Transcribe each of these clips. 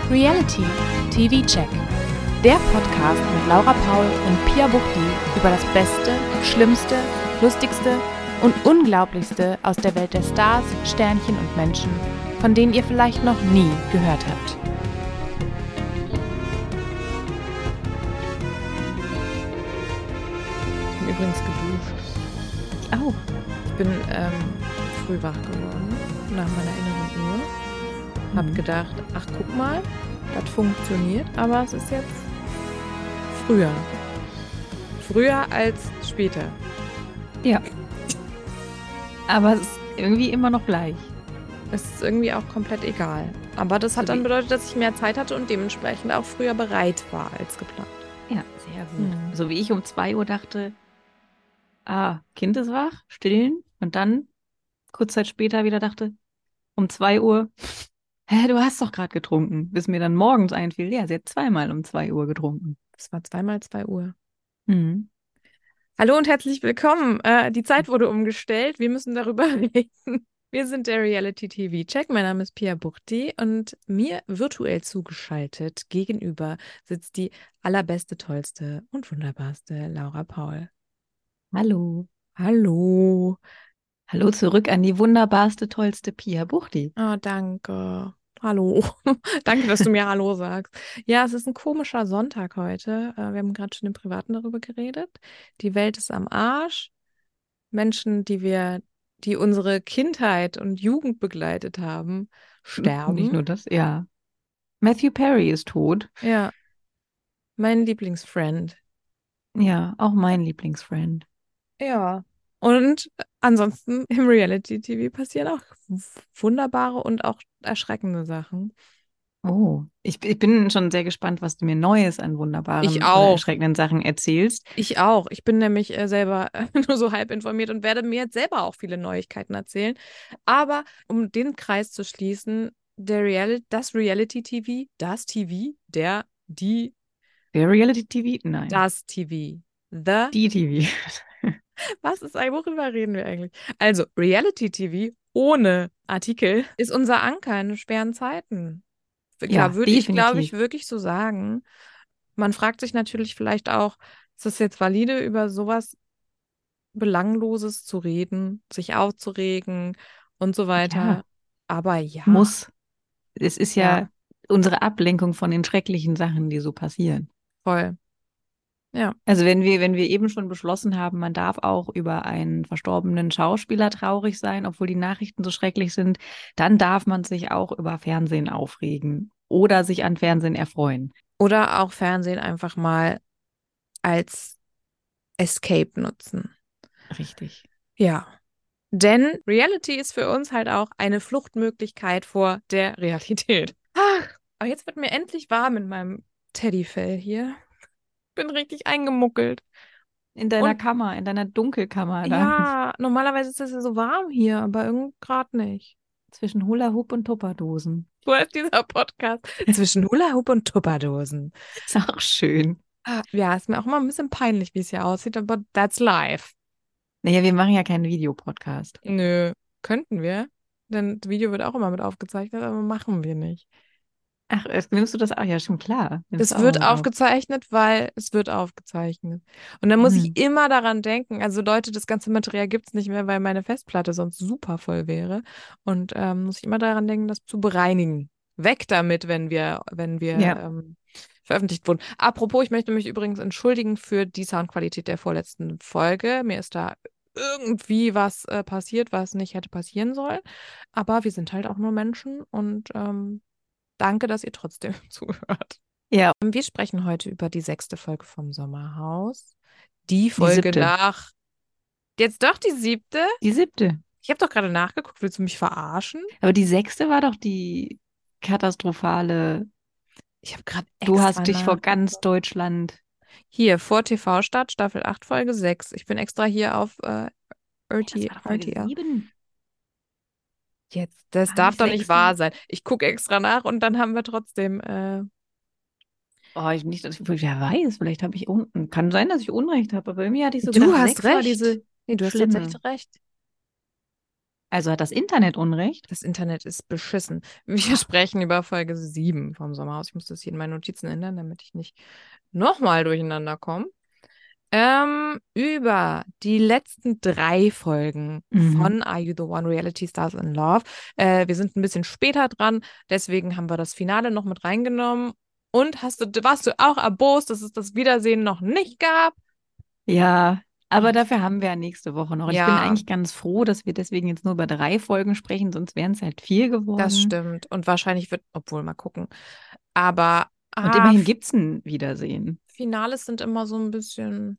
Reality TV Check. Der Podcast mit Laura Paul und Pia Buchti über das Beste, Schlimmste, Lustigste und Unglaublichste aus der Welt der Stars, Sternchen und Menschen, von denen ihr vielleicht noch nie gehört habt. Ich bin übrigens geduscht. Ich auch. Ich bin früh wach geworden, nach meiner inneren Uhr. Hab gedacht, ach guck mal, das funktioniert, aber es ist jetzt früher. Früher als später. Ja. Aber es ist irgendwie immer noch gleich. Es ist irgendwie auch komplett egal. Aber das hat dann bedeutet, dass ich mehr Zeit hatte und dementsprechend auch früher bereit war als geplant. Ja, sehr gut. So wie ich um 2 Uhr dachte, Kind ist wach, stillen. Und dann, kurz Zeit später, wieder dachte, um 2 Uhr, du hast doch gerade getrunken. Bis mir dann morgens einfiel, ja, sie hat zweimal um 2 Uhr getrunken. Das war zweimal 2 Uhr. Mhm. Hallo und herzlich willkommen. Die Zeit wurde umgestellt. Wir müssen darüber reden. Wir sind der Reality TV Check. Mein Name ist Pia Buchti und mir virtuell zugeschaltet gegenüber sitzt die allerbeste, tollste und wunderbarste Laura Paul. Hallo. Hallo. Hallo zurück an die wunderbarste, tollste Pia Buchti. Oh, danke. Hallo. Danke, dass du mir Hallo sagst. Ja, es ist ein komischer Sonntag heute. Wir haben gerade schon im Privaten darüber geredet. Die Welt ist am Arsch. Menschen, die unsere Kindheit und Jugend begleitet haben, sterben. Nicht nur das, ja. Matthew Perry ist tot. Ja, mein Lieblingsfriend. Ja, auch mein Lieblingsfriend. Ja. Und ansonsten im Reality-TV passieren auch wunderbare und auch erschreckende Sachen. Oh, ich bin schon sehr gespannt, was du mir Neues an wunderbaren Ich oder auch. erschreckenden Sachen erzählst. Ich auch. Ich bin nämlich selber nur so halb informiert und werde mir jetzt selber auch viele Neuigkeiten erzählen. Aber um den Kreis zu schließen, das Reality-TV, die Der Reality-TV? Nein. das TV. Die TV. Worüber reden wir eigentlich? Also, Reality-TV ohne Artikel ist unser Anker in schweren Zeiten. Klar, Ja, würde ich, glaube definitiv. ich, wirklich so sagen. Man fragt sich natürlich vielleicht auch, ist es jetzt valide, über sowas Belangloses zu reden, sich aufzuregen und so weiter. Ja. Aber ja. Muss. Es ist ja Ja. unsere Ablenkung von den schrecklichen Sachen, die so passieren. Voll. Ja. Also wenn wir eben schon beschlossen haben, man darf auch über einen verstorbenen Schauspieler traurig sein, obwohl die Nachrichten so schrecklich sind, dann darf man sich auch über Fernsehen aufregen oder sich an Fernsehen erfreuen. Oder auch Fernsehen einfach mal als Escape nutzen. Richtig. Ja. Denn Reality ist für uns halt auch eine Fluchtmöglichkeit vor der Realität. Aber jetzt wird mir endlich warm in meinem Teddyfell hier. Bin richtig eingemuckelt. In deiner Und- Kammer, in deiner Dunkelkammer da. Ja, normalerweise ist es ja so warm hier, aber irgendwie gerade nicht. Zwischen Hula Hoop und Tupperdosen. So heißt dieser Podcast. Zwischen Hula Hoop und Tupperdosen. Ist auch schön. Ja, ist mir auch mal ein bisschen peinlich, wie es hier aussieht, aber that's life. Naja, wir machen ja keinen Videopodcast. Nö, könnten wir. Denn das Video wird auch immer mit aufgezeichnet, aber machen wir nicht. Ach, nimmst du das auch? Ja, schon klar. Nimmst Es du auch wird mit auf. aufgezeichnet, weil es wird aufgezeichnet. Und dann muss ich immer daran denken, also Leute, das ganze Material gibt es nicht mehr, weil meine Festplatte sonst super voll wäre. Und muss ich immer daran denken, das zu bereinigen. Weg damit, wenn wir Ja. veröffentlicht wurden. Apropos, ich möchte mich übrigens entschuldigen für die Soundqualität der vorletzten Folge. Mir ist da irgendwie was passiert, was nicht hätte passieren sollen. Aber wir sind halt auch nur Menschen und danke, dass ihr trotzdem zuhört. Ja. Wir sprechen heute über die 6. Folge vom Sommerhaus. Die Folge 7. nach. Jetzt doch die 7.? Die 7. Ich habe doch gerade nachgeguckt. Willst du mich verarschen? Aber die 6. war doch die katastrophale. Ich habe gerade Du hast dich vor ganz Deutschland. Hier, vor TV-Start, Staffel 8, Folge 6. Ich bin extra hier auf RTL. 7. Jetzt, das War darf nicht doch nicht 6. wahr sein. Ich gucke extra nach und dann haben wir trotzdem. Nicht, wer weiß, vielleicht habe ich unten. Kann sein, dass ich Unrecht habe, aber irgendwie hatte ich so Du gedacht, hast 6 war recht. diese Nee, du hast schlimme. tatsächlich recht. Also hat das Internet Unrecht? Das Internet ist beschissen. Wir sprechen über Folge 7 vom Sommerhaus. Ich muss das hier in meinen Notizen ändern, damit ich nicht nochmal durcheinander komme. Über die letzten 3 Folgen von Are You the One? Reality Stars in Love. Wir sind ein bisschen später dran, deswegen haben wir das Finale noch mit reingenommen. Und warst du auch erbost, dass es das Wiedersehen noch nicht gab? Ja, aber dafür haben wir ja nächste Woche noch. Und ich bin Ja. eigentlich ganz froh, dass wir deswegen jetzt nur über 3 Folgen sprechen, sonst wären es halt 4 geworden. Das stimmt. Und wahrscheinlich obwohl, mal gucken. Aber Und immerhin gibt es ein Wiedersehen. Finales sind immer so ein bisschen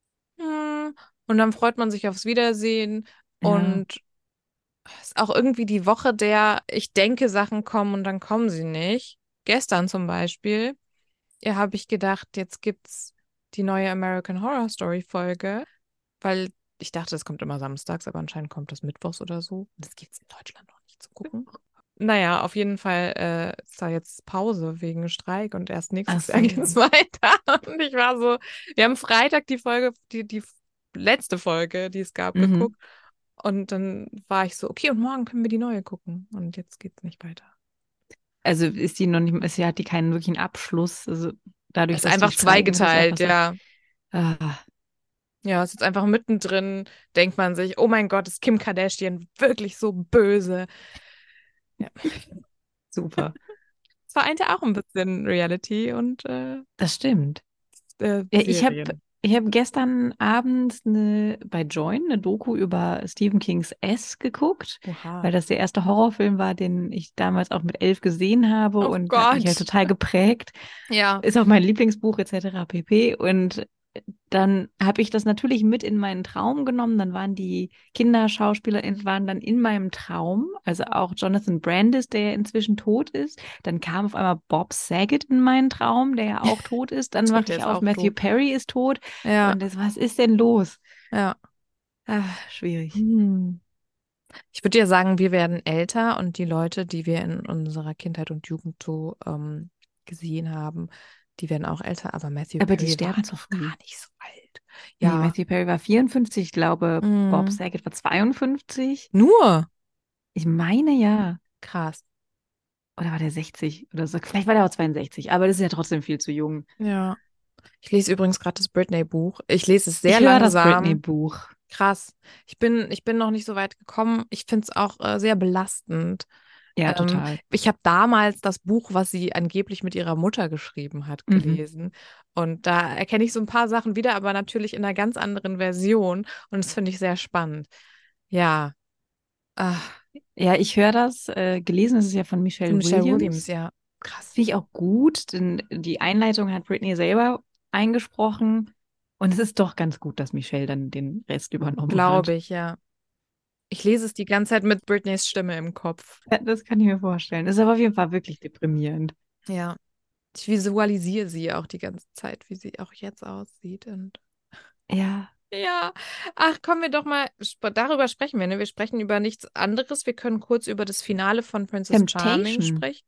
und dann freut man sich aufs Wiedersehen Ja. und es ist auch irgendwie die Woche ich denke, Sachen kommen und dann kommen sie nicht. Gestern zum Beispiel, habe ich gedacht, jetzt gibt's die neue American Horror Story Folge, weil ich dachte, es kommt immer samstags, aber anscheinend kommt das mittwochs oder so. Und das gibt's in Deutschland noch nicht zu gucken. Naja, auf jeden Fall ist da jetzt Pause wegen Streik und erst nächstes Jahr geht's weiter. Und ich war so, wir haben Freitag die Folge, die letzte Folge, die es gab, geguckt. Und dann war ich so, okay, und morgen können wir die neue gucken. Und jetzt geht's nicht weiter. Also ist die noch nicht, sie hat die keinen wirklichen Abschluss. Also dadurch, Es ist dass einfach die streiken, ist es zweigeteilt, einfach so, ja. Ja, es ist jetzt einfach mittendrin, denkt man sich, oh mein Gott, ist Kim Kardashian wirklich so böse? Ja. Super. Es vereint ja auch ein bisschen Reality und Das stimmt. Ja, Serien. ich hab gestern Abend bei Join eine Doku über Stephen Kings S geguckt, weil das der erste Horrorfilm war, den ich damals auch mit 11 gesehen habe und hat mich halt total geprägt. Ja. Ist auch mein Lieblingsbuch etc. pp. Und dann habe ich das natürlich mit in meinen Traum genommen. Dann waren die KinderschauspielerInnen dann in meinem Traum, also auch Jonathan Brandis, der ja inzwischen tot ist. Dann kam auf einmal Bob Saget in meinen Traum, der ja auch tot ist. Dann wachte ich auf, Matthew Perry ist tot. Ja. Und was ist denn los? Ja. Schwierig. Ich würde ja sagen, wir werden älter und die Leute, die wir in unserer Kindheit und Jugend so gesehen haben, die werden auch älter, aber Matthew Perry war doch gar nicht so alt. Ja. Nee, Matthew Perry war 54, ich glaube, Bob Saget war 52. Nur? Ich meine ja. Krass. Oder war der 60 oder so? Vielleicht war der auch 62, aber das ist ja trotzdem viel zu jung. Ja. Ich lese übrigens gerade das Britney-Buch. Ich lese es sehr langsam. Ich höre langsam. das Britney-Buch. Krass. Ich bin noch nicht so weit gekommen. Ich finde es auch sehr belastend. Ja, total. Ich habe damals das Buch, was sie angeblich mit ihrer Mutter geschrieben hat, gelesen. Und da erkenne ich so ein paar Sachen wieder, aber natürlich in einer ganz anderen Version. Und das finde ich sehr spannend. Ja. Ja, ich höre das. Gelesen ist es ja von Michelle Williams. Ja. Krass. Finde ich auch gut, denn die Einleitung hat Britney selber eingesprochen. Und es ist doch ganz gut, dass Michelle dann den Rest übernommen hat. Glaube ich, ja. Ich lese es die ganze Zeit mit Britneys Stimme im Kopf. Ja, das kann ich mir vorstellen. Das ist aber auf jeden Fall wirklich deprimierend. Ja. Ich visualisiere sie auch die ganze Zeit, wie sie auch jetzt aussieht. Und ja. Ja. Ach, kommen wir doch mal, darüber sprechen wir, ne? Wir sprechen über nichts anderes. Wir können kurz über das Finale von Princess Charming sprechen.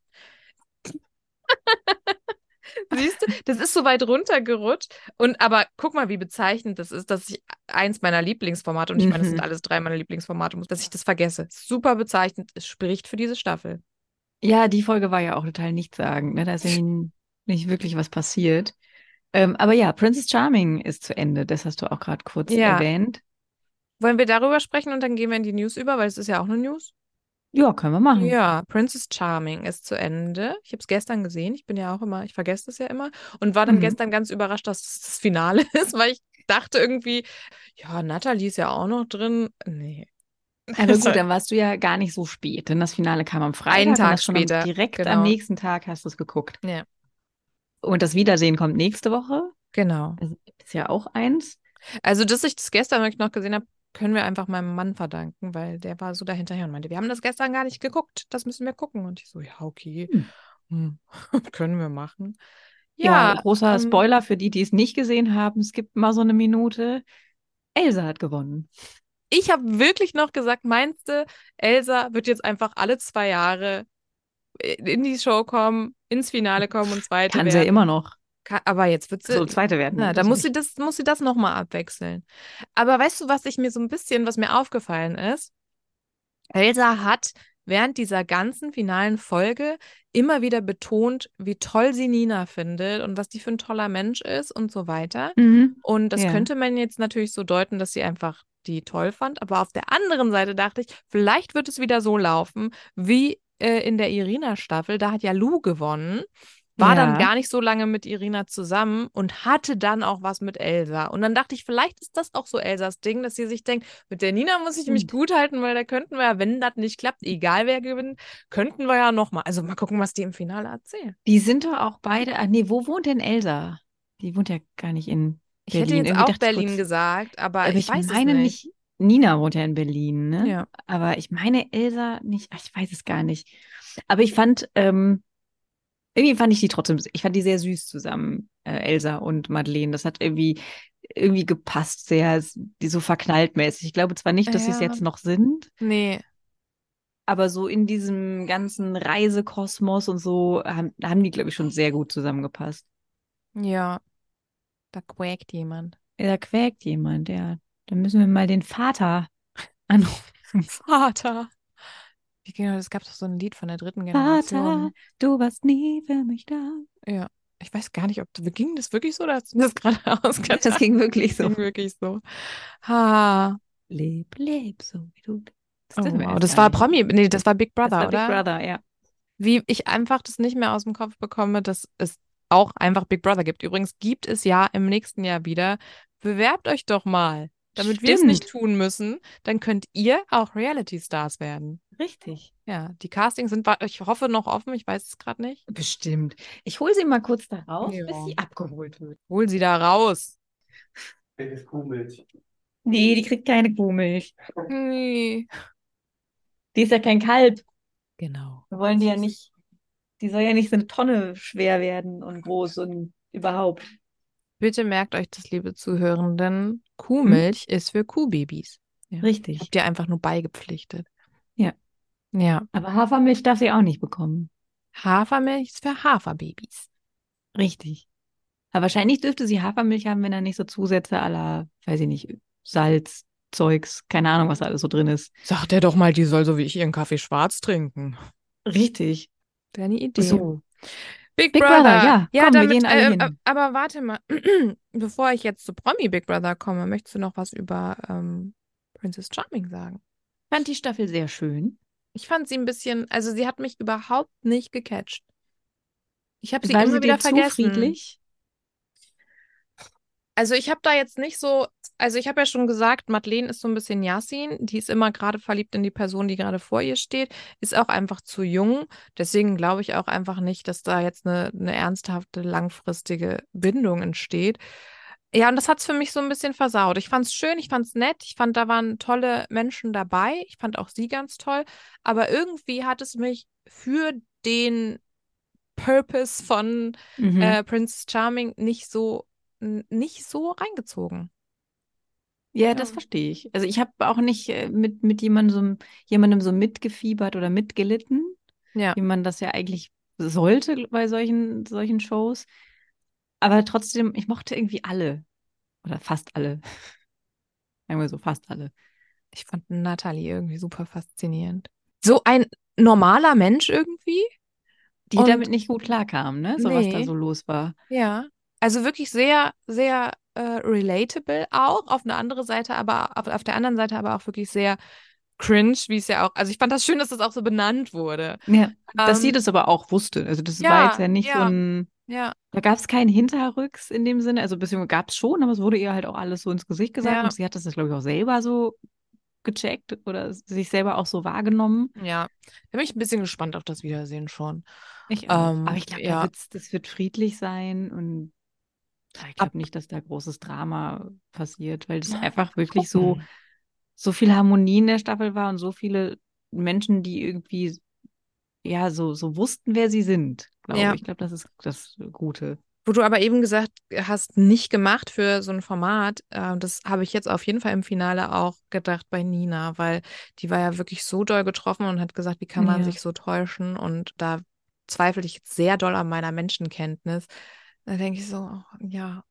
Siehst du, das ist so weit runtergerutscht. Aber guck mal, wie bezeichnend das ist, dass ich eins meiner Lieblingsformate, und ich meine, das sind alles 3 meiner Lieblingsformate, dass ich das vergesse. Super bezeichnend. Es spricht für diese Staffel. Ja, die Folge war ja auch total nichtssagend. Ne? Da ist ja nicht wirklich was passiert. Aber ja, Princess Charming ist zu Ende. Das hast du auch gerade kurz erwähnt. Wollen wir darüber sprechen und dann gehen wir in die News über, weil es ist ja auch eine News? Ja, können wir machen. Ja, Princess Charming ist zu Ende. Ich habe es gestern gesehen. Ich bin ja auch immer, ich vergesse das ja immer. Und war dann gestern ganz überrascht, dass es das Finale ist, weil ich dachte irgendwie, ja, Natalie ist ja auch noch drin. Nee. Aber gut, dann warst du ja gar nicht so spät, denn das Finale kam am Freitag. Einen Tag später. Direkt am nächsten Tag hast du es geguckt. Ja. Und das Wiedersehen kommt nächste Woche. Genau. Also ist ja auch eins. Also, dass ich das gestern wirklich noch gesehen habe, können wir einfach meinem Mann verdanken, weil der war so dahinterher und meinte, wir haben das gestern gar nicht geguckt, das müssen wir gucken. Und ich so, ja, okay, können wir machen. Ja, großer Spoiler für die es nicht gesehen haben, es gibt mal so eine Minute, Elsa hat gewonnen. Ich habe wirklich noch gesagt, meinst du, Elsa wird jetzt einfach alle 2 Jahre in die Show kommen, ins Finale kommen und Zweite werden? Kann sie ja immer noch. Aber jetzt wird sie so Zweite werden. Ja, da muss sie das nochmal abwechseln. Aber weißt du, was mir aufgefallen ist? Elsa hat während dieser ganzen finalen Folge immer wieder betont, wie toll sie Nina findet und was die für ein toller Mensch ist und so weiter. Mhm. Und das Ja. könnte man jetzt natürlich so deuten, dass sie einfach die toll fand. Aber auf der anderen Seite dachte ich, vielleicht wird es wieder so laufen wie in der Irina-Staffel. Da hat ja Lou gewonnen. War dann Ja. gar nicht so lange mit Irina zusammen und hatte dann auch was mit Elsa. Und dann dachte ich, vielleicht ist das auch so Elsas Ding, dass sie sich denkt, mit der Nina muss ich mich Stimmt. gut halten, weil da könnten wir ja, wenn das nicht klappt, egal wer gewinnt, könnten wir ja nochmal. Also mal gucken, was die im Finale erzählen. Die sind doch auch beide. Ah, nee, wo wohnt denn Elsa? Die wohnt ja gar nicht in Ich hätte Berlin. jetzt Irgendwie auch dachte ich Berlin kurz. gesagt, aber Aber ich ich weiß es meine nicht. nicht. Nina wohnt ja in Berlin, ne? Ja. Aber ich meine Elsa nicht. Ach, ich weiß es gar nicht. Aber ich fand, irgendwie fand ich die trotzdem, ich fand die sehr süß zusammen, Elsa und Madeleine. Das hat irgendwie gepasst, sehr, die so verknallt mäßig. Ich glaube zwar nicht, dass sie es Ja, jetzt noch sind, nee, aber so in diesem ganzen Reisekosmos und so haben die, glaube ich, schon sehr gut zusammengepasst. ja, da quäkt jemand. Ja, da quäkt jemand, ja. Dann müssen wir mal den Vater anrufen. Vater. Wie genau, es gab doch so ein Lied von der dritten Vater, Generation. du warst nie für mich da. Ja. Ich weiß gar nicht, ging das wirklich so oder hast du das gerade Das ausgedacht? ging wirklich so. Ging wirklich so. Ha. Leb, leb, so wie du. Das Oh, dürfen wir wow. erst Das gar war nicht. Promi. Nee, das war Big Das Brother, war Big oder? Brother, ja. Wie ich einfach das nicht mehr aus dem Kopf bekomme, dass es auch einfach Big Brother gibt. Übrigens gibt es ja im nächsten Jahr wieder. Bewerbt euch doch mal, damit wir es nicht Stimmt. tun müssen. Dann könnt ihr auch Reality Stars werden. Richtig. Ja, die Castings sind, ich hoffe, noch offen. Ich weiß es gerade nicht. Bestimmt. Ich hole sie mal kurz da raus, bis Ja. sie abgeholt wird. Hol sie da raus. Welches Kuhmilch? Nee, die kriegt keine Kuhmilch. Nee. Die ist ja kein Kalb. Genau. Wir wollen die ja nicht, die soll ja nicht so eine Tonne schwer werden und groß und überhaupt. Bitte merkt euch das, liebe Zuhörenden. Hm? Kuhmilch ist für Kuhbabys. Ja. Richtig. Habt ihr einfach nur beigepflichtet. Ja. Ja. Aber Hafermilch darf sie auch nicht bekommen. Hafermilch ist für Haferbabys. Richtig. Aber wahrscheinlich dürfte sie Hafermilch haben, wenn da nicht so Zusätze à la, weiß ich nicht, Salz, Zeugs, keine Ahnung, was da alles so drin ist. Sagt er doch mal, die soll so wie ich ihren Kaffee schwarz trinken. Richtig. Wäre eine Idee. So. Big Big Brother, Brother. ja. Ja, Komm, wir damit, gehen alle hin. aber warte mal. Bevor ich jetzt zu Promi Big Brother komme, möchtest du noch was über Princess Charming sagen? Fand die Staffel sehr schön. Ich fand sie ein bisschen, also sie hat mich überhaupt nicht gecatcht. Ich habe sie War immer sie wieder dir zu vergessen. friedlich? Also ich habe da jetzt nicht so, also ich habe ja schon gesagt, Madeleine ist so ein bisschen Yasin, die ist immer gerade verliebt in die Person, die gerade vor ihr steht, ist auch einfach zu jung. Deswegen glaube ich auch einfach nicht, dass da jetzt eine ernsthafte, langfristige Bindung entsteht. Ja, und das hat es für mich so ein bisschen versaut. Ich fand es schön, ich fand es nett, ich fand, da waren tolle Menschen dabei. Ich fand auch sie ganz toll. Aber irgendwie hat es mich für den Purpose von Mhm. Prince Charming nicht so reingezogen. Ja, Ja. das verstehe ich. Also ich habe auch nicht mit jemandem so mitgefiebert oder mitgelitten, Ja. wie man das ja eigentlich sollte bei solchen Shows. Aber trotzdem, ich mochte irgendwie alle. Oder fast alle. Sagen wir so, fast alle. Ich fand Natalie irgendwie super faszinierend. So ein normaler Mensch irgendwie. Die Und damit nicht gut klarkamen, ne? So was da nee, so los war. ja. Also wirklich sehr, sehr relatable auch. Auf eine andere Seite, aber auf der anderen Seite aber auch wirklich sehr cringe, wie es ja auch. Also ich fand das schön, dass das auch so benannt wurde. Ja, dass sie Ähm, das aber auch wusste. Also das war jetzt ja, ja nicht so ja, ein, ja, da gab es keinen Hinterrücks in dem Sinne. Also beziehungsweise gab es schon, aber es wurde ihr halt auch alles so ins Gesicht gesagt ja, und sie hat das, glaube ich, auch selber so gecheckt oder sich selber auch so wahrgenommen. ja. Da bin ich ein bisschen gespannt auf das Wiedersehen schon. Ich auch. Aber ich glaube, Ja. das wird friedlich sein und ich Ab, glaube nicht, dass da großes Drama passiert, weil es mal einfach wirklich gucken. so viel Harmonie in der Staffel war und so viele Menschen, die irgendwie ja so wussten, wer sie sind, glaube Ja. ich. Ich glaube, das ist das Gute. Wo du aber eben gesagt hast, nicht gemacht für so ein Format, das habe ich jetzt auf jeden Fall im Finale auch gedacht bei Nina, weil die war ja wirklich so doll getroffen und hat gesagt, wie kann man Ja. sich so täuschen? Und da zweifle ich jetzt sehr doll an meiner Menschenkenntnis. Da denke ich so, oh, ja,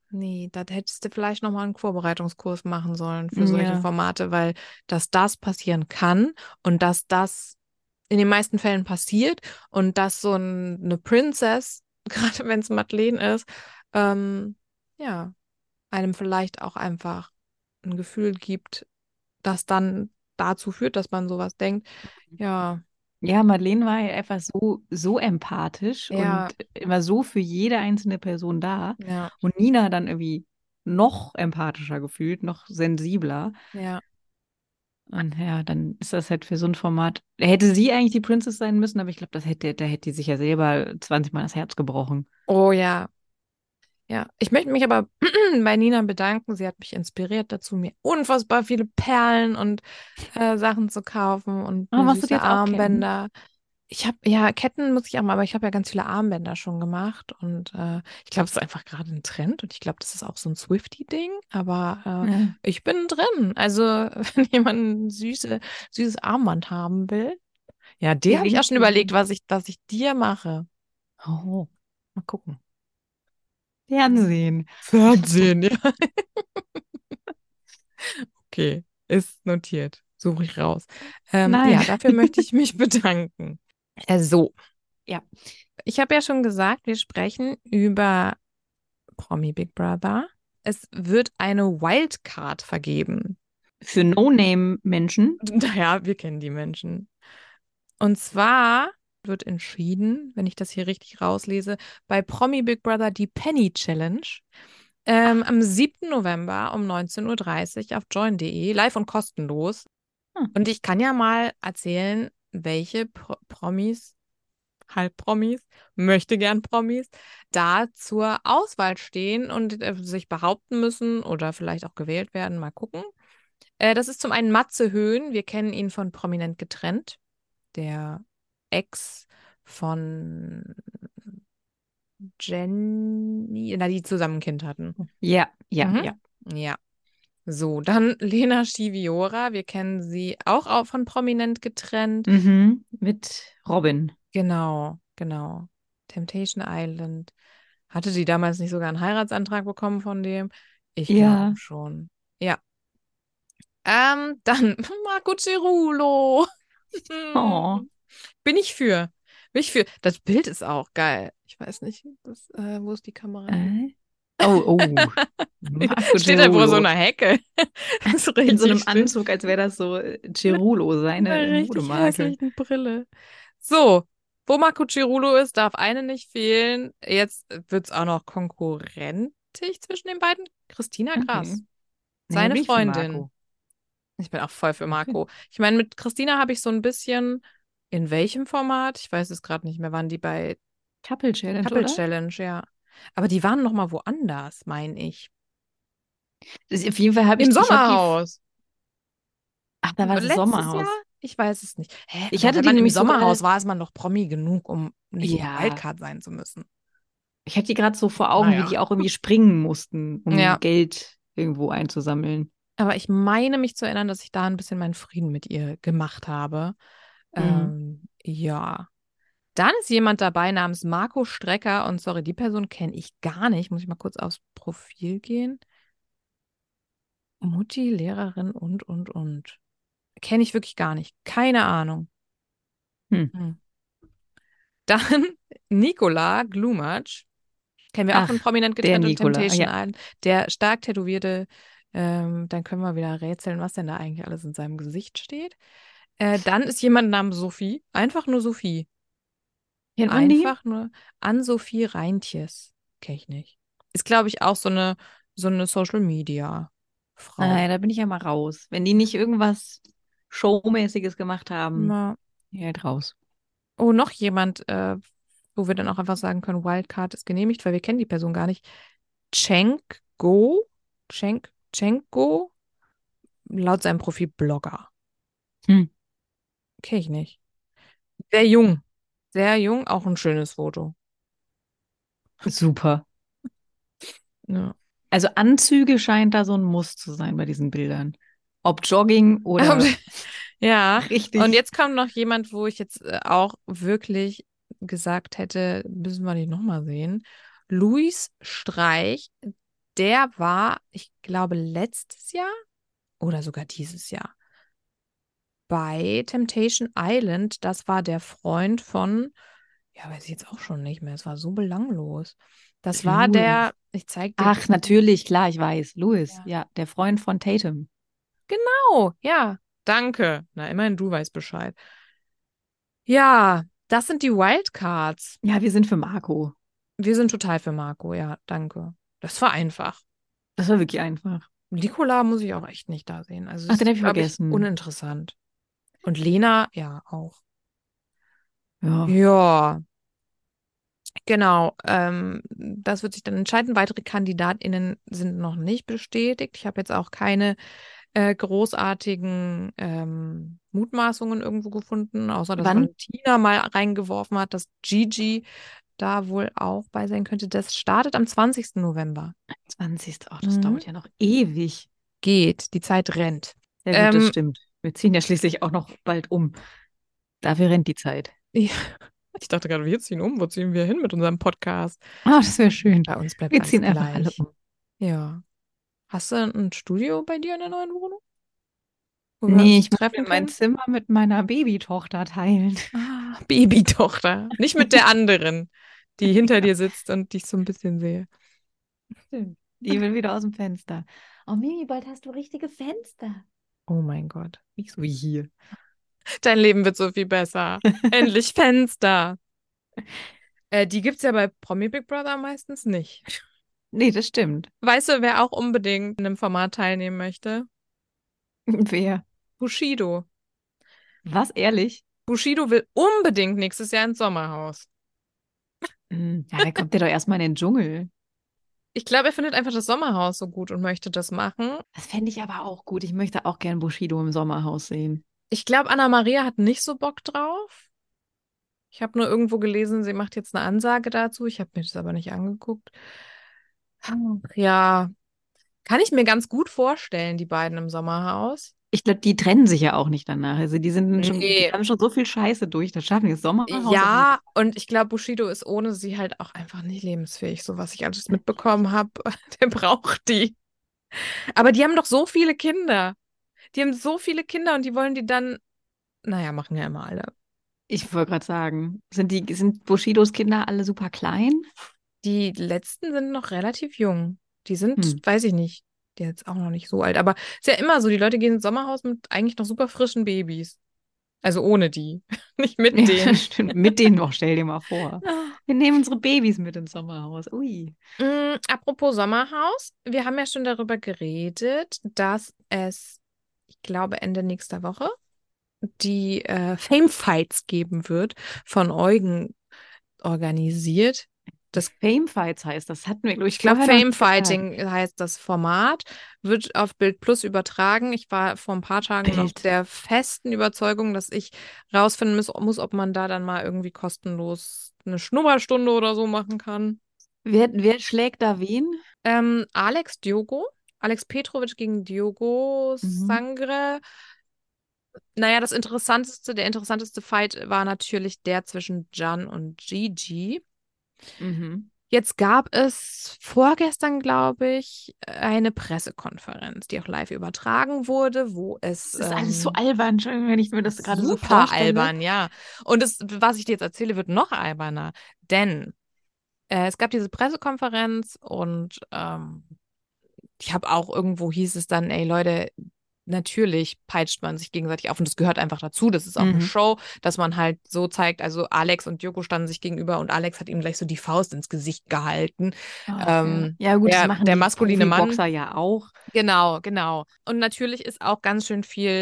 Nee, da hättest du vielleicht nochmal einen Vorbereitungskurs machen sollen für solche Ja. Formate, weil dass das passieren kann und dass das in den meisten Fällen passiert und dass so eine Princess, gerade wenn es Madeleine ist, ähm, ja, einem vielleicht auch einfach ein Gefühl gibt, das dann dazu führt, dass man sowas denkt. Ja, Ja, Madeleine war ja einfach so empathisch ja, und immer so für jede einzelne Person da. ja, Und Nina dann irgendwie noch empathischer gefühlt, noch sensibler. ja. Und ja, dann ist das halt für so ein Format. Hätte sie eigentlich die Princess sein müssen, aber ich glaube, da hätte die sich ja selber 20 Mal das Herz gebrochen. Oh ja. Ja, ich möchte mich aber bei Nina bedanken. Sie hat mich inspiriert dazu, mir unfassbar viele Perlen und Sachen zu kaufen und Aber mir machst du dir süße jetzt auch Ketten? Armbänder. Ich habe, ja, Ketten muss ich auch mal, aber ich habe ja ganz viele Armbänder schon gemacht und ich glaube, es ist einfach gerade ein Trend und ich glaube, das ist auch so ein Swiftie-Ding, aber Ja. ich bin drin. Also, wenn jemand ein süßes Armband haben will, ja, dir habe ich auch Link schon überlegt, was ich dir mache. Oh, Mal gucken. Fernsehen. Fernsehen, ja. Okay, ist notiert. Suche ich raus. Nein. Ja, dafür möchte ich mich bedanken. So, Ja. ich habe ja schon gesagt, wir sprechen über Promi Big Brother. Es wird eine Wildcard vergeben. Für No-Name-Menschen. Naja, wir kennen die Menschen. Und zwar wird entschieden, wenn ich das hier richtig rauslese, bei Promi Big Brother die Penny Challenge. Am 7. November um 19:30 Uhr auf join.de, live und kostenlos. Hm. Und ich kann ja mal erzählen, welche Promis, Halbpromis, möchte gern Promis, da zur Auswahl stehen und sich behaupten müssen oder vielleicht auch gewählt werden. Mal gucken. Das ist zum einen Matze Höhn. Wir kennen ihn von Prominent getrennt. Der Ex von Jenny, na, die zusammen ein Kind hatten. Ja, ja, Mhm. ja. Ja. So, dann Lena Schiviora. Wir kennen sie auch von Prominent getrennt. Mhm. Mit Robin. Genau, genau. Temptation Island. Hatte die damals nicht sogar einen Heiratsantrag bekommen von dem? Ich glaube Ja. schon. Ja. Dann Marco Cerulo. Oh. Bin ich für. Bin ich für. Das Bild ist auch geil. Ich weiß nicht, wo ist die Kamera hin? Äh? Oh, oh. Marco Steht da vor so Cerulo. einer Hecke. Das ist In so einem richtig schön. Anzug, als wäre das so Cerulo, Mit einer seine richtig Modemarke. hässlichen Brille. So, wo Marco Cirulo ist, darf eine nicht fehlen. Jetzt wird es auch noch konkurrentisch zwischen den beiden. Christina Okay. Grass, Nee, seine bin ich für Freundin. Marco. Ich bin auch voll für Okay. Marco. Ich meine, mit Christina habe ich so ein bisschen, in welchem Format? Ich weiß es gerade nicht mehr. Waren die bei Couple Challenge, Couple oder? Challenge, ja. Aber die waren noch mal woanders, meine ich. Auf jeden Fall habe Im ich habe die. Sommerhaus. Ach, da war das Letztes Jahr? Sommerhaus. Ich weiß es nicht. Hä? Ich Aber hatte wenn die man im nämlich sogar. Sommerhaus war, ist man doch Promi genug, um nicht in der Ja. Wildcard sein zu müssen. Ich habe die gerade so vor Augen, wie Naja. die auch irgendwie springen mussten, um Ja, Geld irgendwo einzusammeln. aber ich meine mich zu erinnern, dass ich da ein bisschen meinen Frieden mit ihr gemacht habe. Mhm. Ja. Dann ist jemand dabei namens Marco Strecker und sorry, die Person kenne ich gar nicht. Muss ich mal kurz aufs Profil gehen. Mutti, Lehrerin und. Kenne ich wirklich gar nicht. Keine Ahnung. Hm. Hm. Dann Nikola Glumatsch. Kennen wir auch von Ach, Prominent der getrennt und Nikola. Temptation Ja. Island. Der stark tätowierte, dann können wir wieder rätseln, was denn da eigentlich alles in seinem Gesicht steht. Dann ist jemand namens Sophie. Einfach nur Sophie. Kennt man die? Einfach nur Ann-Sophie Reintjes. Kenn ich nicht. Ist, glaube ich, auch so eine Social Media Frau. Nein, da bin ich ja mal raus. Wenn die nicht irgendwas Showmäßiges gemacht haben, Na. bin ich halt raus. Oh, noch jemand, wo wir dann auch einfach sagen können, Wildcard ist genehmigt, weil wir kennen die Person gar nicht. Chenko? Chenko? Laut seinem Profil Blogger. Hm. Kenn ich nicht. Sehr jung. Sehr jung, auch ein schönes Foto. Super. Ja. Also Anzüge scheint da so ein Muss zu sein bei diesen Bildern. Ob Jogging oder Ja, und richtig. jetzt kommt noch jemand, wo ich jetzt auch wirklich gesagt hätte, müssen wir nicht nochmal sehen. Luis Streich, der war, ich glaube, letztes Jahr oder sogar dieses Jahr bei Temptation Island. Das war der Freund von, ja, weiß ich jetzt auch schon nicht mehr. Es war so belanglos. Das war Louis. ich zeig dir. Ach, natürlich, klar, ich weiß. Louis, Ja. ja, der Freund von Tatum. Oh, ja, danke. Na, immerhin du weißt Bescheid. Ja, das sind die Wildcards. Ja, wir sind für Marco. Wir sind total für Marco, ja, danke. Das war einfach. Das war wirklich einfach. Nikola muss ich auch echt nicht da sehen. Also Ach, das den ist, habe ich glaube ich, vergessen. uninteressant. Und Lena, ja, auch. Ja. Ja, genau. Das wird sich dann entscheiden. Weitere KandidatInnen sind noch nicht bestätigt. Ich habe jetzt auch keine großartigen Mutmaßungen irgendwo gefunden, außer dass Wann? Valentina mal reingeworfen hat, dass Gigi da wohl auch bei sein könnte. Das startet am 20. November. 20. Ach, das Mhm. dauert ja noch ewig. Geht, die Zeit rennt. Ja gut, das stimmt. Wir ziehen ja schließlich auch noch bald um. Dafür rennt die Zeit. Ja, ich dachte gerade, wir ziehen um. Wo ziehen wir hin mit unserem Podcast? Ah, das wäre schön. Bei uns bleibt Wir alles ziehen einfach alle gleich. um. Ja. Hast du ein Studio bei dir in der neuen Wohnung? Wo wir Nee, uns ich muss treffen mir mein können? Zimmer mit meiner Babytochter teilen. Ah, Babytochter. Nicht mit der anderen, die hinter dir sitzt und dich so ein bisschen sehe. Stimmt. Die will wieder aus dem Fenster. Oh, Mimi, bald hast du richtige Fenster. Oh mein Gott. Nicht so wie hier. Dein Leben wird so viel besser. Endlich Fenster. Die gibt's ja bei Promi Big Brother meistens nicht. Nee, das stimmt. Weißt du, wer auch unbedingt in einem Format teilnehmen möchte? Wer? Bushido. Was, ehrlich? Bushido will unbedingt nächstes Jahr ins Sommerhaus. Ja, dann kommt der doch erstmal in den Dschungel. Ich glaube, er findet einfach das Sommerhaus so gut und möchte das machen. Das fände ich aber auch gut. Ich möchte auch gern Bushido im Sommerhaus sehen. Ich glaube, Anna-Maria hat nicht so Bock drauf. Ich habe nur irgendwo gelesen, sie macht jetzt eine Ansage dazu. Ich habe mir das aber nicht angeguckt. Ja, kann ich mir ganz gut vorstellen, die beiden im Sommerhaus. Ich glaube, die trennen sich ja auch nicht danach. Also die die Nee. haben schon so viel Scheiße durch. Das schaffen die das Sommerhaus. Ja, und ich glaube, Bushido ist ohne sie halt auch einfach nicht lebensfähig, so was ich alles mitbekommen habe. Der braucht die. Aber die haben doch so viele Kinder. Die haben so viele Kinder und die wollen die dann, naja, machen ja immer alle. Ich wollte gerade sagen, sind Bushidos Kinder alle super klein? Die letzten sind noch relativ jung. Die sind, Hm. weiß ich nicht, die sind jetzt auch noch nicht so alt. Aber ist ja immer so, die Leute gehen ins Sommerhaus mit eigentlich noch super frischen Babys. Also ohne die, nicht mit Ja, denen. stimmt. Mit denen noch, stell dir mal vor. Wir nehmen unsere Babys mit ins Sommerhaus. Ui. Apropos Sommerhaus, wir haben ja schon darüber geredet, dass es, ich glaube, Ende nächster Woche die Fame-Fights geben wird, von Eugen organisiert. Das Famefights heißt das. Hatten wir, glaube Ich glaube, vorher noch Fame nicht gehört. Fighting heißt das Format, wird auf Bild Plus übertragen. Ich war vor ein paar Tagen noch Bild. der festen Überzeugung, dass ich rausfinden muss, ob man da dann mal irgendwie kostenlos eine Schnupperstunde oder so machen kann. Wer schlägt da wen? Alex Diogo, Alex Petrovic gegen Diogo Sangre. Naja, der interessanteste Fight war natürlich der zwischen Can und Gigi. Mhm. Jetzt gab es vorgestern, glaube ich, eine Pressekonferenz, die auch live übertragen wurde, wo es Das ist alles so albern, Entschuldigung, wenn ich mir das gerade so super vorstelle. albern, ja. Und was ich dir jetzt erzähle, wird noch alberner, denn es gab diese Pressekonferenz und ich habe auch irgendwo hieß es dann, ey Leute, natürlich peitscht man sich gegenseitig auf und das gehört einfach dazu. Das ist auch eine Show, dass man halt so zeigt, also Alex und Diogo standen sich gegenüber und Alex hat ihm gleich so die Faust ins Gesicht gehalten. Ja gut, das machen der die maskuline Mann. Profiboxer ja auch. Genau, genau. Und natürlich ist auch ganz schön viel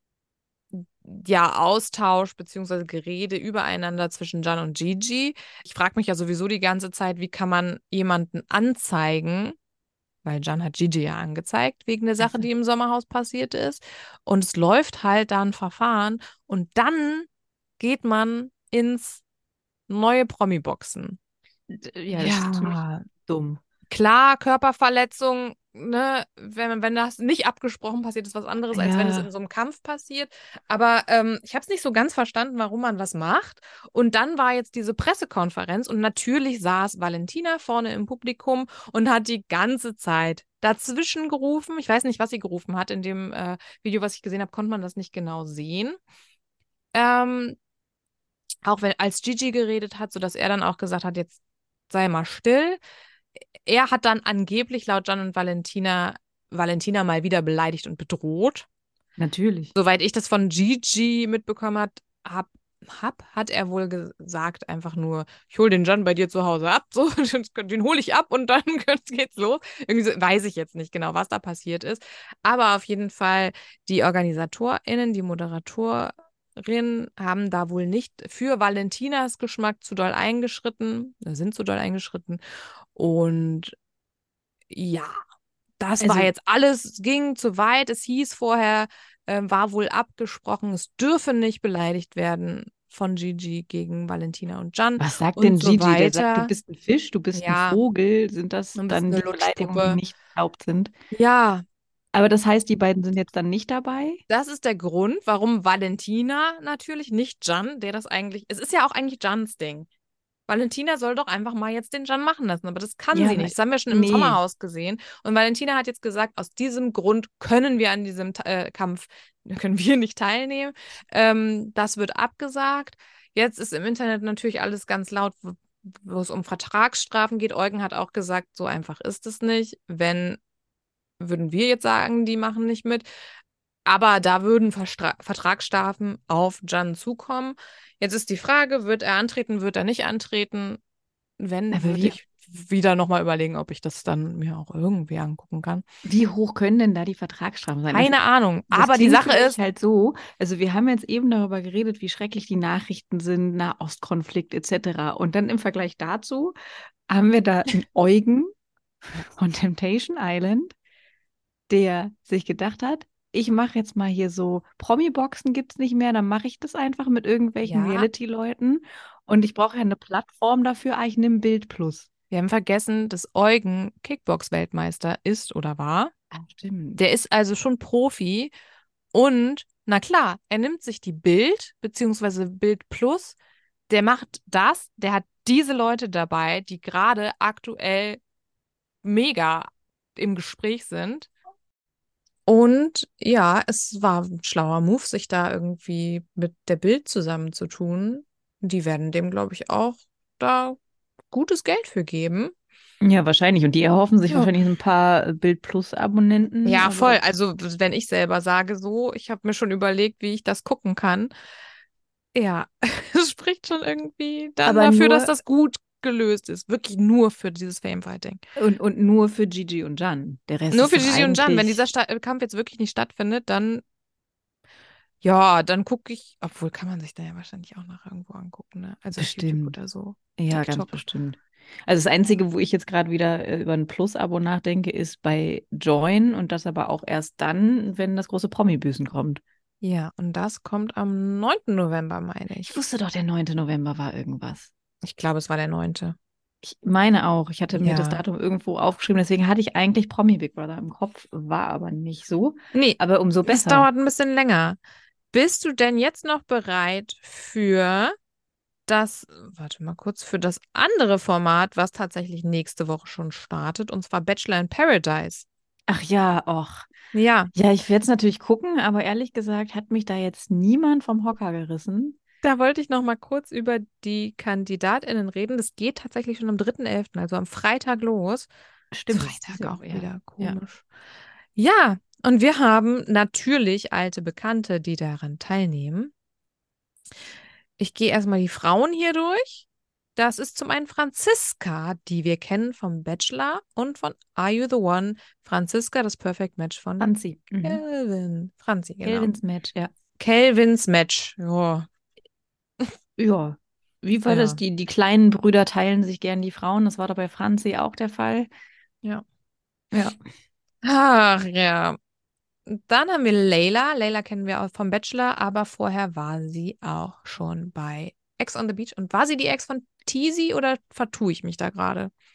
ja, Austausch beziehungsweise Gerede übereinander zwischen Can und Gigi. Ich frage mich ja sowieso die ganze Zeit, wie kann man jemanden anzeigen, weil Can hat Gigi ja angezeigt, wegen der Sache, die im Sommerhaus passiert ist. Und es läuft halt da ein Verfahren und dann geht man ins neue Promi-Boxen. Ja, das ist ziemlich dumm. Klar, Körperverletzung ne, wenn das nicht abgesprochen passiert, ist was anderes, als wenn es Ja. in so einem Kampf passiert. Aber ich habe es nicht so ganz verstanden, warum man was macht. Und dann war jetzt diese Pressekonferenz und natürlich saß Valentina vorne im Publikum und hat die ganze Zeit dazwischen gerufen. Ich weiß nicht, was sie gerufen hat. In dem Video, was ich gesehen habe, konnte man das nicht genau sehen. Ähm, auch wenn als Gigi geredet hat, sodass er dann auch gesagt hat, jetzt sei mal still. Er hat dann angeblich laut Gian und Valentina mal wieder beleidigt und bedroht. Natürlich. Soweit ich das von Gigi mitbekommen hat er wohl gesagt, einfach nur, ich hole den Gian bei dir zu Hause ab, so, den hole ich ab und dann geht's los. Irgendwie so, weiß ich jetzt nicht genau, was da passiert ist. Aber auf jeden Fall die OrganisatorInnen, die Moderatorinnen haben da wohl nicht für Valentinas Geschmack zu doll eingeschritten, sind zu doll eingeschritten. Und ja, das war Also, jetzt alles, ging zu weit. Es hieß vorher, war wohl abgesprochen, es dürfe nicht beleidigt werden von Gigi gegen Valentina und Gian was sagt und denn so Gigi? Der sagt, du weiter. bist ein Fisch, du bist ein Ja, Vogel. Sind das du bist dann eine die Beleidigungen, die Lutschpuppe. nicht erlaubt sind? Ja, Aber das heißt, die beiden sind jetzt dann nicht dabei? das ist der Grund, warum Valentina natürlich, nicht Gian, der das eigentlich, es ist ja auch eigentlich Gians Ding. Valentina soll doch einfach mal jetzt den Gian machen lassen, aber das kann Ja, sie nicht. Das haben wir schon im nee. Sommerhaus gesehen. Und Valentina hat jetzt gesagt, aus diesem Grund können wir an diesem Kampf, können wir nicht teilnehmen. Das wird abgesagt. Jetzt ist im Internet natürlich alles ganz laut, wo es um Vertragsstrafen geht. Eugen hat auch gesagt, so einfach ist es nicht. Wenn, würden wir jetzt sagen, die machen nicht mit. Aber da würden Vertragsstrafen auf Gian zukommen. Jetzt ist die Frage, wird er antreten, wird er nicht antreten? Wenn, Aber würde ich wieder nochmal überlegen, ob ich das dann mir auch irgendwie angucken kann. wie hoch können denn da die Vertragsstrafen sein? Keine Ahnung. Das Aber die klingt Sache für mich ist, halt so, also wir haben jetzt eben darüber geredet, wie schrecklich die Nachrichten sind, Nahostkonflikt etc. Und dann im Vergleich dazu haben wir da einen Eugen von Temptation Island, der sich gedacht hat, ich mache jetzt mal hier so, Promi-Boxen gibt es nicht mehr, dann mache ich das einfach mit irgendwelchen ja, Reality-Leuten. Und ich brauche ja eine Plattform dafür, ich nehme Bild Plus. wir haben vergessen, dass Eugen Kickbox-Weltmeister ist oder war. Ah, stimmt. Der ist also schon Profi und, na klar, er nimmt sich die Bild, beziehungsweise Bild Plus, der macht das, der hat diese Leute dabei, die gerade aktuell mega im Gespräch sind. Und ja, es war ein schlauer Move, sich da irgendwie mit der Bild zusammenzutun. Die werden dem, glaube ich, auch da gutes Geld für geben. Ja, wahrscheinlich. Und die erhoffen sich Ja. wahrscheinlich ein paar Bild Plus-Abonnenten. Ja, voll. Aber Also, wenn ich selber sage so, ich habe mir schon überlegt, wie ich das gucken kann. Ja, es spricht schon irgendwie dann aber dafür, dass nur das gut gelöst ist. Wirklich nur für dieses Famefighting. und nur für Gigi und Jan. Der Rest Nur ist für doch Gigi und Jan. Wenn dieser eigentlich Kampf jetzt wirklich nicht stattfindet, dann, ja, dann gucke ich, obwohl kann man sich da ja wahrscheinlich auch noch irgendwo angucken, ne? Also auf YouTube bestimmt. oder so. Ja, ganz TikTok. bestimmt. Also das Einzige, wo ich jetzt gerade wieder über ein Plus-Abo nachdenke, ist bei Join und das aber auch erst dann, wenn das große Promi-Büßen kommt. Ja, und das kommt am 9. November, meine ich. Ich wusste doch, der 9. November war irgendwas. Ich glaube, es war der 9. Ich meine auch, ich hatte mir das Ja. Datum irgendwo aufgeschrieben, deswegen hatte ich eigentlich Promi Big Brother im Kopf, war aber nicht so. Nee, Aber umso es besser. dauert ein bisschen länger. Bist du denn jetzt noch bereit für das, warte mal kurz, für das andere Format, was tatsächlich nächste Woche schon startet, und zwar Bachelor in Paradise? Ach ja, och. Ja, Ja, ich werde es natürlich gucken, aber ehrlich gesagt hat mich da jetzt niemand vom Hocker gerissen. da wollte ich noch mal kurz über die KandidatInnen reden. Das geht tatsächlich schon am 3.11., also am Freitag los. Stimmt, das ist Freitag ja auch ja. wieder Ja. komisch. Ja, und wir haben natürlich alte Bekannte, die daran teilnehmen. Ich gehe erstmal die Frauen hier durch. Das ist zum einen Franziska, die wir kennen vom Bachelor und von Are You the One? Franziska, das Perfect Match von Franzi. Calvin. Franzi, genau. Kelvins Match, ja. Calvins Match. Ja. Ja. Wie war Ja. das? Die kleinen Brüder teilen sich gern die Frauen. Das war doch bei Franzi auch der Fall. Ja. Ja. Ach ja. Dann haben wir Layla. Layla kennen wir auch vom Bachelor, aber vorher war sie auch schon bei Ex on the Beach. Und war sie die Ex von Teasy oder vertue ich mich da gerade?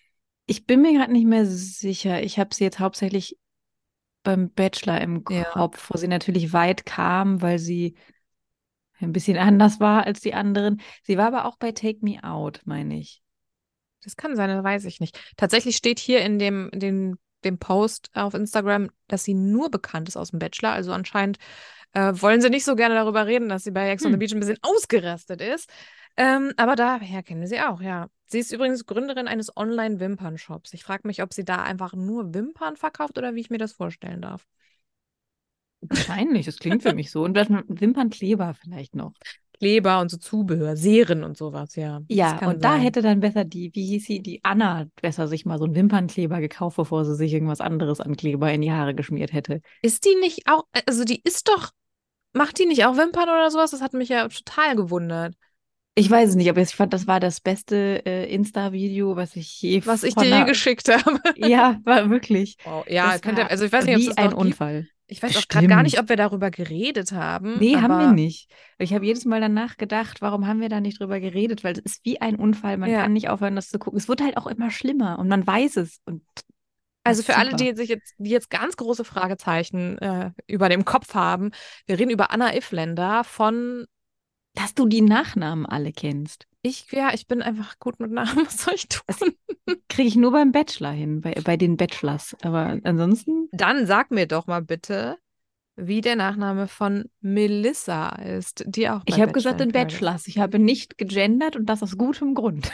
Ich bin mir gerade nicht mehr sicher. Ich habe sie jetzt hauptsächlich beim Bachelor im Ja. Kopf, wo sie natürlich weit kam, weil sie ein bisschen anders war als die anderen. Sie war aber auch bei Take Me Out, meine ich. Das kann sein, das weiß ich nicht. Tatsächlich steht hier in dem Post auf Instagram, dass sie nur bekannt ist aus dem Bachelor. Also anscheinend wollen sie nicht so gerne darüber reden, dass sie bei Ex on the Beach ein bisschen ausgerastet ist. Aber daher kennen wir sie auch, ja. Sie ist übrigens Gründerin eines Online-Wimpern-Shops. Ich frage mich, ob sie da einfach nur Wimpern verkauft oder wie ich mir das vorstellen darf. Wahrscheinlich, das klingt für mich so. Und Wimpernkleber vielleicht noch. Kleber und so Zubehör, Serien und sowas, ja. Das Ja, kann und da sein. hätte dann besser wie hieß sie, die Anna, besser sich mal so einen Wimpernkleber gekauft, bevor sie sich irgendwas anderes an Kleber in die Haare geschmiert hätte. Ist die nicht auch, also die ist doch, macht die nicht auch Wimpern oder sowas? Das hat mich ja total gewundert. Ich weiß es nicht, aber ich fand, das war das beste Insta-Video, was ich je Was ich von dir je einer. geschickt habe. Ja, war wirklich. Wow. Ja, Das könnte, war also ich weiß nicht, ob es wie das ein noch gibt. Unfall. Ich weiß auch gerade gar nicht, Bestimmt. ob wir darüber geredet haben, Nee, haben wir aber nicht. Ich habe jedes Mal danach gedacht, warum haben wir da nicht drüber geredet? Weil es ist wie ein Unfall. Man ja. kann nicht aufhören, das zu gucken. Es wird halt auch immer schlimmer und man weiß es. Und das Also ist für alle, super. die jetzt ganz große Fragezeichen über dem Kopf haben, wir reden über Anna Ifländer von Dass du die Nachnamen alle kennst. ich bin einfach gut mit Namen, was soll ich Das tun? kriege ich nur beim Bachelor hin, bei den Bachelors. Aber ansonsten, Dann sag mir doch mal bitte, wie der Nachname von Melissa ist, die auch bei ich habe Bachelor gesagt in den Paradise. Bachelors. Ich habe nicht gegendert und das aus gutem Grund.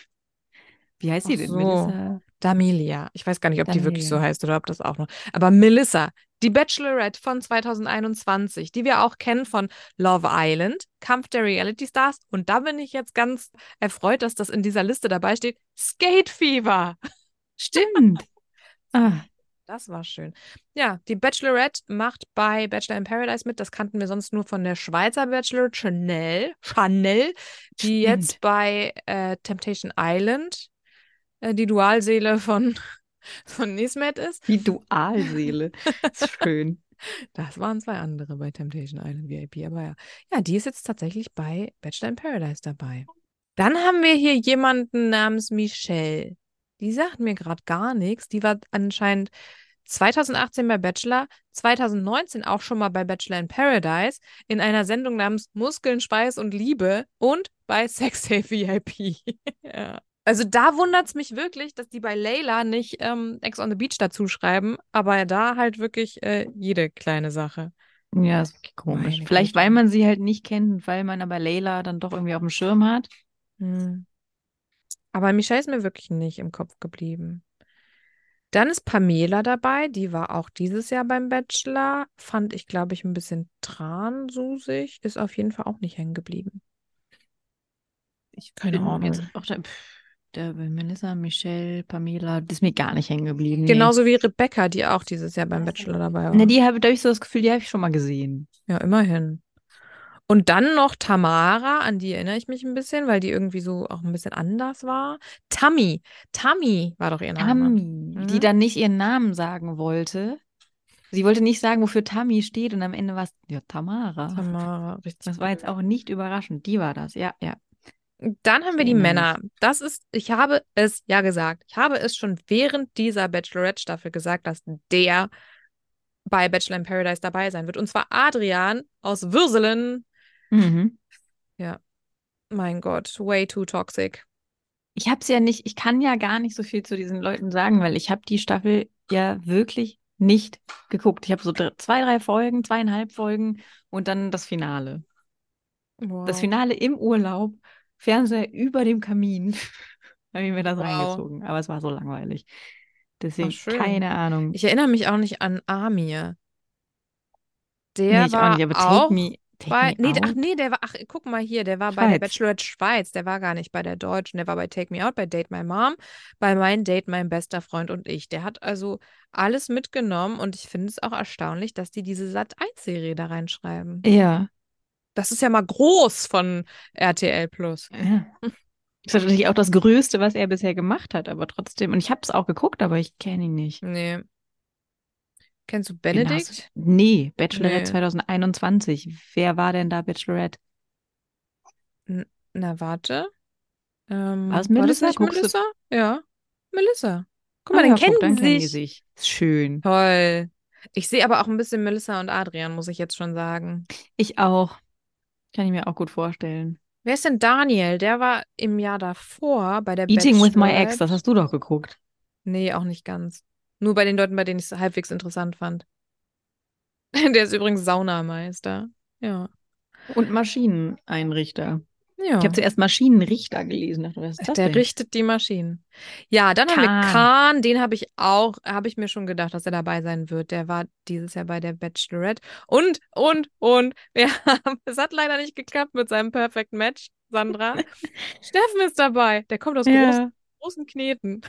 Wie heißt Ach sie denn? so, Melissa D'Amelia. Ich weiß gar nicht, ob die wirklich so D'Amelia. heißt oder ob das auch noch. Aber Melissa, die Bachelorette von 2021, die wir auch kennen von Love Island, Kampf der Reality Stars. Und da bin ich jetzt ganz erfreut, dass das in dieser Liste dabei steht. Skate Fever. Stimmt. Ah, Das war schön. Ja, die Bachelorette macht bei Bachelor in Paradise mit. Das kannten wir sonst nur von der Schweizer Bachelorette Chanel, die stimmt. jetzt bei Temptation Island die Dualseele von Nismet ist. Die Dualseele. Ist schön. Das waren zwei andere bei Temptation Island VIP, aber ja. Ja, die ist jetzt tatsächlich bei Bachelor in Paradise dabei. Dann haben wir hier jemanden namens Michelle. Die sagt mir gerade gar nichts. Die war anscheinend 2018 bei Bachelor, 2019 auch schon mal bei Bachelor in Paradise, in einer Sendung namens Muskeln, Speis und Liebe und bei Sex Tape VIP. Ja. Also da wundert es mich wirklich, dass die bei Layla nicht Ex on the Beach dazu schreiben, aber da halt wirklich jede kleine Sache. Ja, ist wirklich komisch. Meine Vielleicht, Güte. weil man sie halt nicht kennt und weil man aber Layla dann doch irgendwie auf dem Schirm hat. Hm. Aber Michelle ist mir wirklich nicht im Kopf geblieben. Dann ist Pamela dabei, die war auch dieses Jahr beim Bachelor. Fand ich, glaube ich, ein bisschen transusig. Ist auf jeden Fall auch nicht hängen geblieben. Keine Bin jetzt Ahnung. auch der Melissa, Michelle, Pamela, das ist mir gar nicht hängen geblieben. Nee. Genauso wie Rebecca, die auch dieses Jahr beim Bachelor dabei war. Ne, da habe ich so das Gefühl, die habe ich schon mal gesehen. Ja, immerhin. Und dann noch Tamara, an die erinnere ich mich ein bisschen, weil die irgendwie so auch ein bisschen anders war. Tammy. Tammy war doch ihr Name. Tammy, die dann nicht ihren Namen sagen wollte. Sie wollte nicht sagen, wofür Tammy steht und am Ende war es, ja, Tamara. Tamara, richtig. Das war jetzt auch nicht überraschend. Die war das, ja, ja. Dann haben wir die erinnere Männer. Das ist, ich habe es ja gesagt. Ich habe es schon während dieser Bachelorette-Staffel gesagt, dass der bei Bachelor in Paradise dabei sein wird. Und zwar Adrian aus Würselen. Mhm. Ja, mein Gott, way too toxic. Ich habe es ja nicht, ich kann ja gar nicht so viel zu diesen Leuten sagen, weil ich habe die Staffel ja wirklich nicht geguckt. Ich habe so 2, 3 Folgen, 2,5 Folgen und dann das Finale. Wow. Das Finale im Urlaub, Fernseher über dem Kamin, habe ich mir das Wow. reingezogen. Aber es war so langweilig. Deswegen schön. keine Ahnung. Ich erinnere mich auch nicht an Amir. Nee, Der ich auch war nicht, aber auch Take Me Out. der war, guck mal hier, der war bei der Schweiz. Bachelorette Schweiz, der war gar nicht bei der Deutschen, der war bei Take Me Out, bei Date My Mom, bei Mein Date, mein bester Freund und ich. Der hat also alles mitgenommen und ich finde es auch erstaunlich, dass die diese Sat.1-Serie da reinschreiben. Ja. Das ist ja mal groß von RTL Plus. Ja. Das ist natürlich auch das Größte, was er bisher gemacht hat, aber trotzdem. Und ich habe es auch geguckt, aber ich kenne ihn nicht. Nee. Kennst du Wen hast Benedikt? du? Nee, Bachelorette Nee. 2021. Wer war denn da Bachelorette? Na, warte. War es War das Melissa? nicht Guckst du? Melissa? Ja. Melissa. Guck mal, ja, dann kennen dann die kennen die sich. sich. Ist schön. Toll. Ich sehe aber auch ein bisschen Melissa und Adrian, muss ich jetzt schon sagen. Ich auch. Kann ich mir auch gut vorstellen. Wer ist denn Daniel? Der war im Jahr davor bei der Eating with my ex, Bachelorette. das hast du doch geguckt. Nee, auch nicht ganz. Nur bei den Leuten, bei denen ich es halbwegs interessant fand. Der ist übrigens Saunameister. Ja. Und Maschineneinrichter. Ich habe Ja. zuerst Maschinenrichter gelesen. Dachte, was ist das Der denn? richtet die Maschinen. Ja, dann haben wir Kahn. Kahn, den habe ich mir schon gedacht, dass er dabei sein wird. Der war dieses Jahr bei der Bachelorette. Und, es hat leider nicht geklappt mit seinem Perfect Match, Sandra. Steffen ist dabei. Der kommt aus Ja. großen Kneten.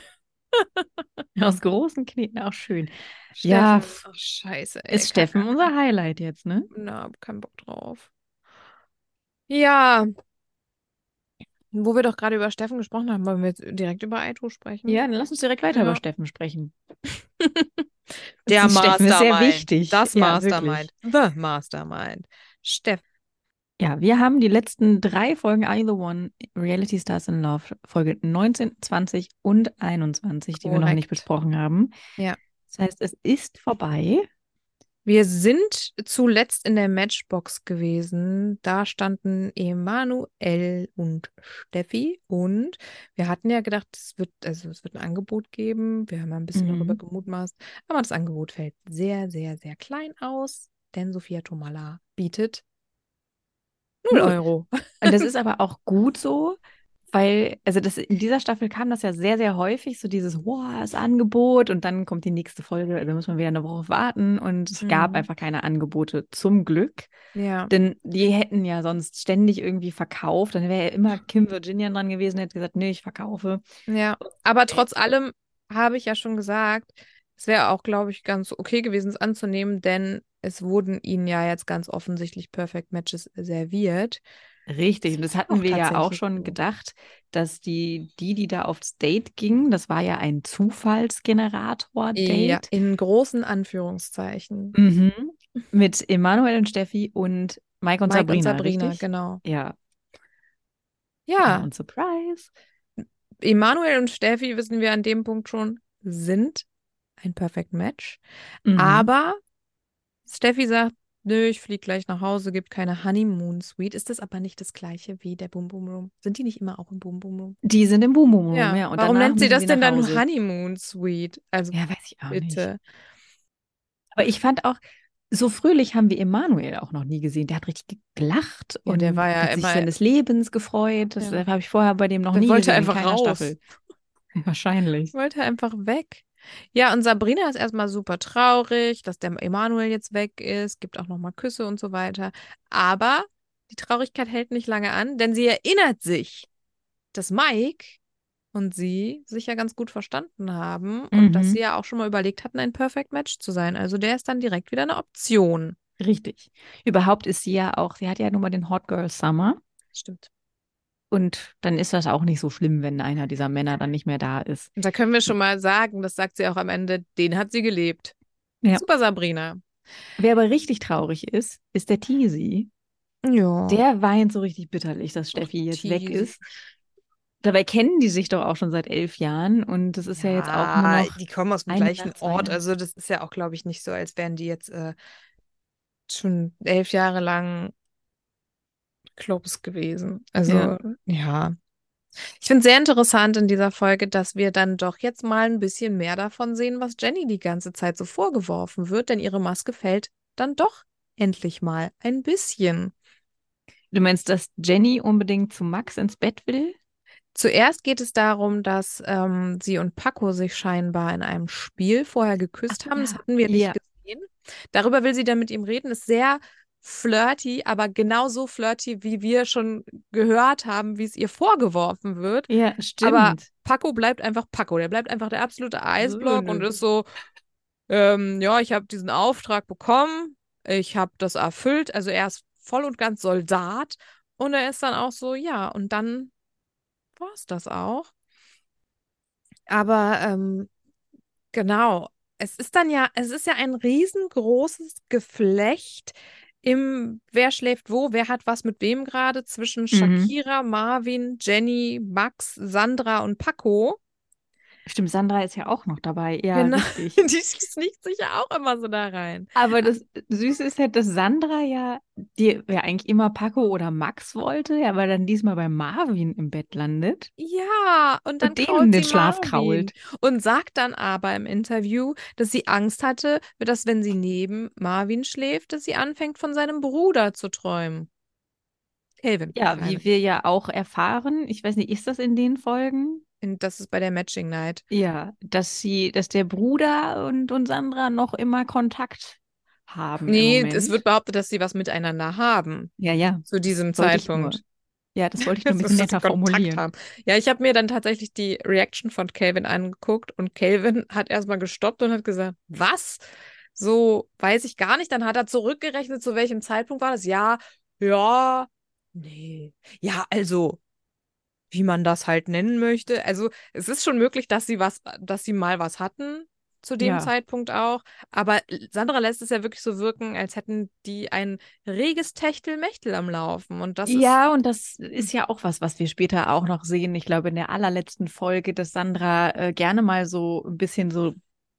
Aus großen Kneten, auch schön. Ja. Ja, Oh, scheiße, ey. ist Steffen unser Highlight jetzt, ne? Na, kein Bock drauf. Ja, wo wir doch gerade über Steffen gesprochen haben, wollen wir jetzt direkt über Aito sprechen? Ja, dann lass uns direkt weiter Ja. über Steffen sprechen. Der Steffen ist sehr Mastermind. wichtig. Das Ja, Mastermind. The Mastermind. Steffen. Ja, wir haben die letzten 3 Folgen Are You the One, Reality Stars in Love, Folge 19, 20 und 21, die wir noch nicht Korrekt. besprochen haben. Ja. Das heißt, es ist vorbei. Wir sind zuletzt in der Matchbox gewesen. Da standen Emanuel und Steffi. Und wir hatten ja gedacht, es wird ein Angebot geben. Wir haben ein bisschen darüber gemutmaßt. Aber das Angebot fällt sehr, sehr, sehr klein aus. Denn Sophia Tomalla bietet 0 Euro. Und das ist aber auch gut so, weil, also in dieser Staffel kam das ja sehr, sehr häufig, so dieses, wow, das Angebot und dann kommt die nächste Folge, da muss man wieder eine Woche warten und es gab einfach keine Angebote, zum Glück. Ja. Denn die hätten ja sonst ständig irgendwie verkauft, dann wäre ja immer Kim Virginia dran gewesen, hätte gesagt, nee, ich verkaufe. Ja, aber trotz allem habe ich ja schon gesagt, es wäre auch, glaube ich, ganz okay gewesen, es anzunehmen, denn es wurden ihnen ja jetzt ganz offensichtlich Perfect Matches serviert. Richtig, und das hatten wir ja auch schon gedacht, dass die da aufs Date gingen, das war ja ein Zufallsgenerator-Date. Ja, in großen Anführungszeichen. Mit Emanuel und Steffi und Mike und Sabrina, richtig? Genau. Ja. Ja. Und Surprise. Emanuel und Steffi, wissen wir an dem Punkt schon, sind ein Perfect Match. Aber Steffi sagt, nö, ich fliege gleich nach Hause, gibt keine Honeymoon Suite. Ist das aber nicht das gleiche wie der Boom Boom Room? Sind die nicht immer auch im Boom Boom Room? Die sind im Boom Boom Room, ja. Und warum nennt sie das denn dann Hause. Honeymoon Suite? Also ja, weiß ich auch bitte. nicht. Aber ich fand auch, so fröhlich haben wir Emanuel auch noch nie gesehen. Der hat richtig gelacht und der war ja hat sich immer seines Lebens gefreut. Das habe ich vorher bei dem noch nie wollte gesehen. Einfach in keiner raus. Staffel. Wahrscheinlich. Wollte einfach weg. Ja, und Sabrina ist erstmal super traurig, dass der Emanuel jetzt weg ist, gibt auch nochmal Küsse und so weiter. Aber die Traurigkeit hält nicht lange an, denn sie erinnert sich, dass Mike und sie sich ja ganz gut verstanden haben und dass sie ja auch schon mal überlegt hatten, ein Perfect Match zu sein. Also der ist dann direkt wieder eine Option. Richtig. Überhaupt ist sie ja auch, sie hat ja nun mal den Hot Girl Summer. Stimmt. Und dann ist das auch nicht so schlimm, wenn einer dieser Männer dann nicht mehr da ist. Und da können wir schon mal sagen, das sagt sie auch am Ende, den hat sie gelebt. Ja. Super Sabrina. Wer aber richtig traurig ist der Teasy. Ja. Der weint so richtig bitterlich, dass Steffi jetzt weg ist. Dabei kennen die sich doch auch schon seit 11 Jahren und das ist ja jetzt auch nur noch die kommen aus dem gleichen Ort, also das ist ja auch, glaube ich, nicht so, als wären die jetzt schon 11 Jahre lang close gewesen. Also, ja. Ich finde es sehr interessant in dieser Folge, dass wir dann doch jetzt mal ein bisschen mehr davon sehen, was Jenny die ganze Zeit so vorgeworfen wird, denn ihre Maske fällt dann doch endlich mal ein bisschen. Du meinst, dass Jenny unbedingt zu Max ins Bett will? Zuerst geht es darum, dass sie und Paco sich scheinbar in einem Spiel vorher geküsst haben. Das hatten wir nicht gesehen. Darüber will sie dann mit ihm reden. Ist sehr flirty, aber genauso flirty, wie wir schon gehört haben, wie es ihr vorgeworfen wird. Ja, stimmt. Aber Paco bleibt einfach Paco. Der bleibt einfach der absolute Eisblock und ist so, ja, ich habe diesen Auftrag bekommen. Ich habe das erfüllt. Also er ist voll und ganz Soldat. Und er ist dann auch so, ja, und dann war es das auch. Aber genau, es ist ja ein riesengroßes Geflecht im Wer schläft wo, wer hat was mit wem gerade zwischen Shakira, Marvin, Jenny, Max, Sandra und Paco. Stimmt, Sandra ist ja auch noch dabei. Ja, Genau, richtig. die sneakt sich ja auch immer so da rein. Aber das Süße ist halt, dass Sandra ja, die ja eigentlich immer Paco oder Max wollte, ja, aber dann diesmal bei Marvin im Bett landet Ja, und dann und dem in krault den sie Schlaf Marvin krault. und sagt dann aber im Interview, dass sie Angst hatte, dass wenn sie neben Marvin schläft, dass sie anfängt von seinem Bruder zu träumen. Calvin, Ja, meine wie ich. wir ja auch erfahren, ich weiß nicht, ist das in den Folgen? Und das ist bei der Matching Night. Ja, dass der Bruder und Sandra noch immer Kontakt haben im Nee, es wird Moment. behauptet, dass sie was miteinander haben Ja, ja, zu diesem wollte ich nur. Zeitpunkt. Ja, das wollte ich nur ein Dass bisschen sie netter Kontakt formulieren. haben. Ja, ich habe mir dann tatsächlich die Reaction von Calvin angeguckt und Calvin hat erstmal gestoppt und hat gesagt, was? So, weiß ich gar nicht. Dann hat er zurückgerechnet, zu welchem Zeitpunkt war das? Ja, ja, nee. Ja, also, wie man das halt nennen möchte. Also, es ist schon möglich, dass sie mal was hatten zu dem Ja. Zeitpunkt auch. Aber Sandra lässt es ja wirklich so wirken, als hätten die ein reges Techtelmechtel am Laufen. Und das ist. Ja, und das ist ja auch was wir später auch noch sehen. Ich glaube, in der allerletzten Folge, dass Sandra gerne mal so ein bisschen so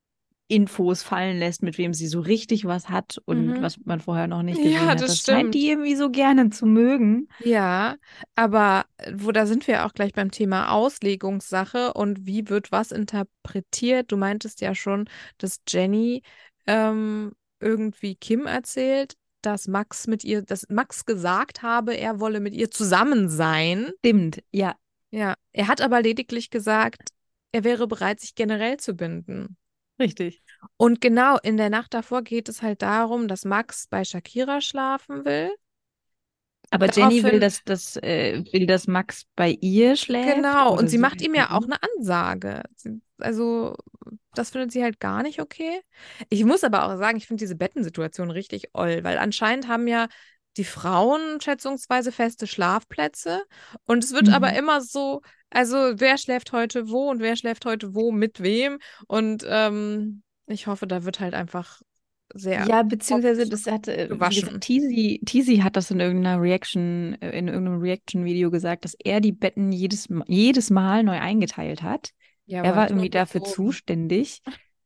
Infos fallen lässt, mit wem sie so richtig was hat und Mhm. was man vorher noch nicht Ja, gesehen hat. das Das scheint die stimmt. irgendwie so gerne zu mögen. Ja, aber da sind wir auch gleich beim Thema Auslegungssache und wie wird was interpretiert? Du meintest ja schon, dass Jenny irgendwie Kim erzählt, dass Max gesagt habe, er wolle mit ihr zusammen sein. Stimmt, ja, Ja, er hat aber lediglich gesagt, er wäre bereit, sich generell zu binden. richtig. Und genau, in der Nacht davor geht es halt darum, dass Max bei Shakira schlafen will. Aber Jenny will, Daraufhin. dass Max bei ihr schläft Genau, und oder sie sie macht will ihm bei ja auch ihm. eine Ansage. Also, das findet sie halt gar nicht okay. Ich muss aber auch sagen, ich finde diese Bettensituation richtig oll, weil anscheinend haben ja die Frauen schätzungsweise feste Schlafplätze und es wird aber Mhm. immer so, also wer schläft heute wo und wer schläft heute wo mit wem und ich hoffe, da wird halt einfach sehr Ja, beziehungsweise sorgfältig das hat, wie gesagt, gewaschen. Teasy hat das in irgendeiner Reaction, in irgendeinem Reaction-Video gesagt, dass er die Betten jedes Mal neu eingeteilt hat. Ja, Er aber war nicht irgendwie dafür ungezogen. zuständig.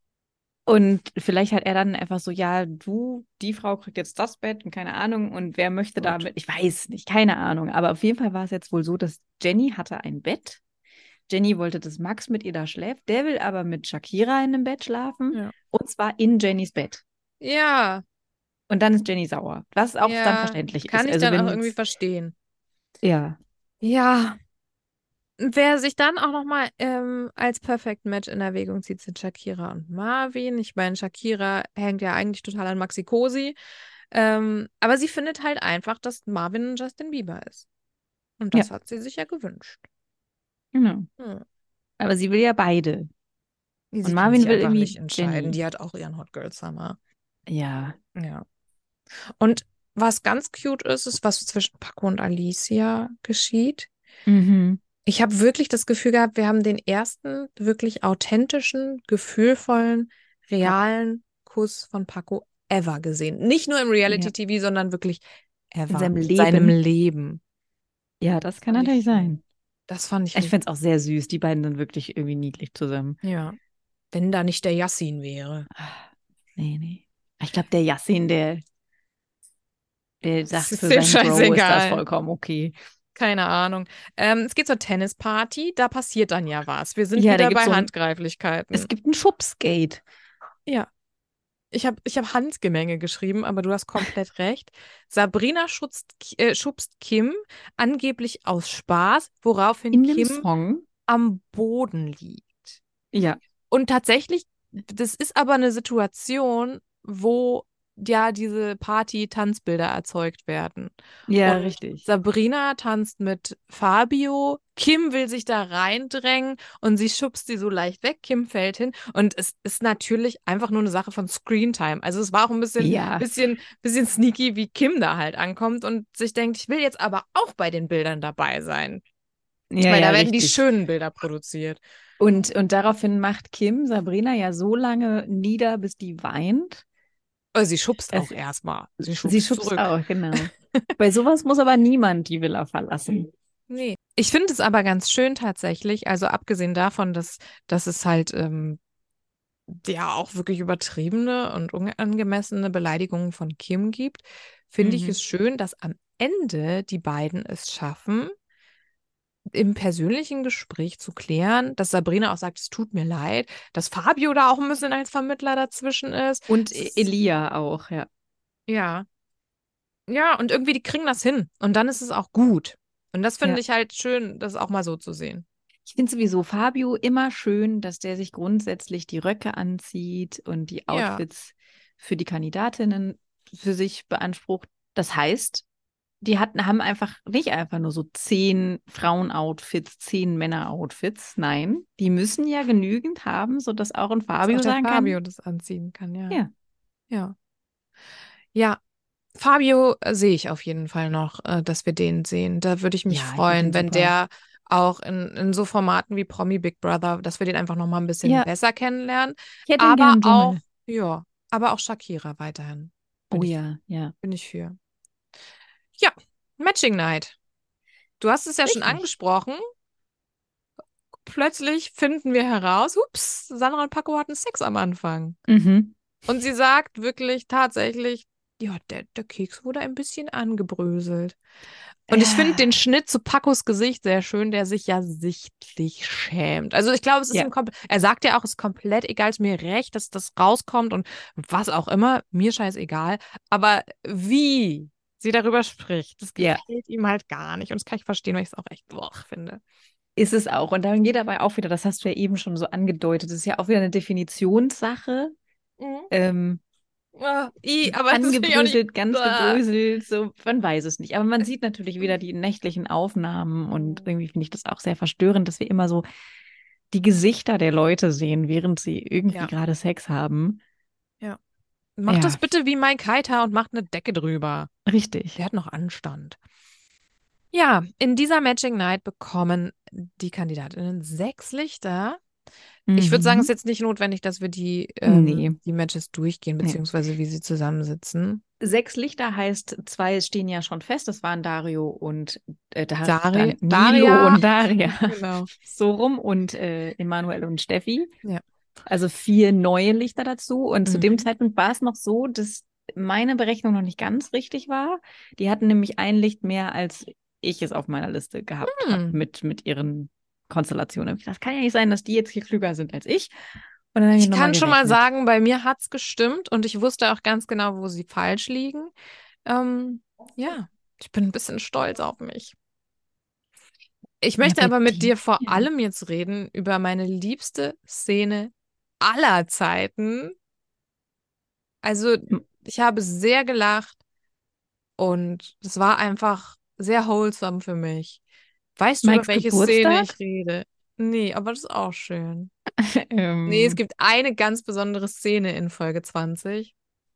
Und vielleicht hat er dann einfach so, ja, die Frau kriegt jetzt das Bett und keine Ahnung. Und wer möchte Gut. damit? Ich weiß nicht, keine Ahnung. Aber auf jeden Fall war es jetzt wohl so, dass Jenny hatte ein Bett. Jenny wollte, dass Max mit ihr da schläft. Der will aber mit Shakira in einem Bett schlafen. Ja. Und zwar in Jennys Bett. Ja, Und dann ist Jenny sauer. Was auch dann ja, verständlich kann ist. ich Also dann auch wenn irgendwie jetzt, verstehen. ja, Ja, wer sich dann auch nochmal als Perfect Match in Erwägung zieht, sind Shakira und Marvin. Ich meine, Shakira hängt ja eigentlich total an Maxi Cosi, aber sie findet halt einfach, dass Marvin ein Justin Bieber ist. Und ja, das hat sie sich ja gewünscht. genau. Hm. Aber sie will ja beide. Und Sie kann Marvin sich will einfach nicht irgendwie entscheiden. Jenny. Die hat auch ihren Hot Girl Summer. Ja. Ja. Und was ganz cute ist, ist, was zwischen Paco und Alicia geschieht. Mhm. Ich habe wirklich das Gefühl gehabt, wir haben den ersten wirklich authentischen, gefühlvollen, Ja. realen Kuss von Paco ever gesehen. Nicht nur im Ja. Reality-TV, sondern wirklich In ever. seinem In seinem Leben. Leben. Ja, das kann Fand ich natürlich schön. sein. Das fand ich Ich richtig. finde es auch sehr süß. Die beiden sind wirklich irgendwie niedlich zusammen. Ja. Wenn da nicht der Yassin wäre. Ah, nee, nee. Ich glaube, der Yassin, der Es sagt, ist für dem seinen Bro ist das scheißegal. vollkommen okay. Keine Ahnung. Es geht zur Tennisparty. Da passiert dann ja was. Wir sind Ja, da wieder gibt bei so ein, es Handgreiflichkeiten. gibt ein Schubskate. Ja. Ich hab Handgemenge geschrieben, aber du hast komplett recht. Sabrina schubst Kim angeblich aus Spaß, woraufhin In dem Kim Song. am Boden liegt. Ja. Und tatsächlich, das ist aber eine Situation, wo ja diese Party-Tanzbilder erzeugt werden. Ja, Und richtig. Sabrina tanzt mit Fabio, Kim will sich da reindrängen und sie schubst sie so leicht weg, Kim fällt hin und es ist natürlich einfach nur eine Sache von Screentime. Also es war auch ein Ja. bisschen sneaky, wie Kim da halt ankommt und sich denkt, ich will jetzt aber auch bei den Bildern dabei sein. Ja, Weil ja, da werden die richtig. schönen Bilder produziert. Und daraufhin macht Kim Sabrina ja so lange nieder, bis die weint. Also sie schubst auch Es, erstmal. Sie sie schubst schubst zurück. auch, genau. Bei sowas muss aber niemand die Villa verlassen. Nee. Ich finde es aber ganz schön tatsächlich, also abgesehen davon, dass es halt ja auch wirklich übertriebene und unangemessene Beleidigungen von Kim gibt, finde ich Mhm. es schön, dass am Ende die beiden es schaffen, im persönlichen Gespräch zu klären, dass Sabrina auch sagt, es tut mir leid, dass Fabio da auch ein bisschen als Vermittler dazwischen ist. Und Es ist, Elia auch, ja. ja, ja, und irgendwie die kriegen das hin und dann ist es auch gut. Und das finde Ja. ich halt schön, das auch mal so zu sehen. Ich finde sowieso Fabio immer schön, dass der sich grundsätzlich die Röcke anzieht und die Ja, Outfits für die Kandidatinnen für sich beansprucht. Das heißt, haben einfach nicht einfach nur so 10 Frauen-Outfits, 10 Männer-Outfits. Nein, die müssen ja genügend haben, sodass auch ein dass auch Fabio der sagen Fabio kann, das anziehen kann, ja. ja, Ja. Ja, Fabio sehe ich auf jeden Fall noch, dass wir den sehen. Da würde ich mich ja, ich finde den freuen, wenn super. der auch in so Formaten wie Promi Big Brother, dass wir den einfach noch mal ein bisschen Ja, besser kennenlernen. ich hätte ihn gerne Aber im auch, Dschungel. ja, aber auch Shakira weiterhin. Oh ja, ja. Bin ich für. Ja, Matching Night. Du hast es ja schon Richtig. angesprochen. Plötzlich finden wir heraus, ups, Sandra und Paco hatten Sex am Anfang. Mhm. Und sie sagt wirklich tatsächlich, ja, der Keks wurde ein bisschen angebröselt. Und ich finde den Ja, Schnitt zu Pacos Gesicht sehr schön, der sich ja sichtlich schämt. Also ich glaube, es ist ja, ihm er sagt ja auch, es ist komplett egal, ist mir recht, dass das rauskommt und was auch immer, mir scheißegal. Aber wie sie darüber spricht, das ja. gefällt ihm halt gar nicht. Und das kann ich verstehen, weil ich es auch echt boah, finde. Ist es auch. Und dann geht aber auch wieder, das hast du ja eben schon so angedeutet, das ist ja auch wieder eine Definitionssache. Mhm. Ähm, Aber das finde ich auch nicht. angebröselt, ganz gebröselt, so, man weiß es nicht. Aber man sieht natürlich wieder die nächtlichen Aufnahmen und Mhm. irgendwie finde ich das auch sehr verstörend, dass wir immer so die Gesichter der Leute sehen, während sie irgendwie Ja, gerade Sex haben. ja. Mach das Ja, bitte wie Mike Heiter und mach eine Decke drüber. richtig. Der hat noch Anstand. Ja, in dieser Matching Night bekommen die Kandidatinnen 6 Lichter. Ich würde sagen, es ist Mhm. jetzt nicht notwendig, dass wir Nee. die Matches durchgehen, Nee. beziehungsweise wie sie zusammensitzen. 6 Lichter heißt, 2 stehen ja schon fest. Das waren Dario und Nilo Daria, und Daria. genau. So rum und Emanuel und Steffi. Ja. Also 4 neue Lichter dazu. Und zu dem Mhm. Zeitpunkt war es noch so, dass meine Berechnung noch nicht ganz richtig war. Die hatten nämlich ein Licht mehr, als ich es auf meiner Liste gehabt habe Hm. mit ihren Konstellationen. Das kann ja nicht sein, dass die jetzt hier klüger sind als ich. Und dann habe ich Ich nochmal kann schon mal gerechnet. sagen, bei mir hat's gestimmt und ich wusste auch ganz genau, wo sie falsch liegen. Ja, ich bin ein bisschen stolz auf mich. Ich Ja, möchte bei aber mit dir vor dir. allem jetzt reden über meine liebste Szene aller Zeiten. Also, ich habe sehr gelacht und es war einfach sehr wholesome für mich. Weißt du, über Mikes welche Szene Geburtstag? ich rede? Nee, aber das ist auch schön. Nee, es ähm, gibt eine ganz besondere Szene in Folge 20.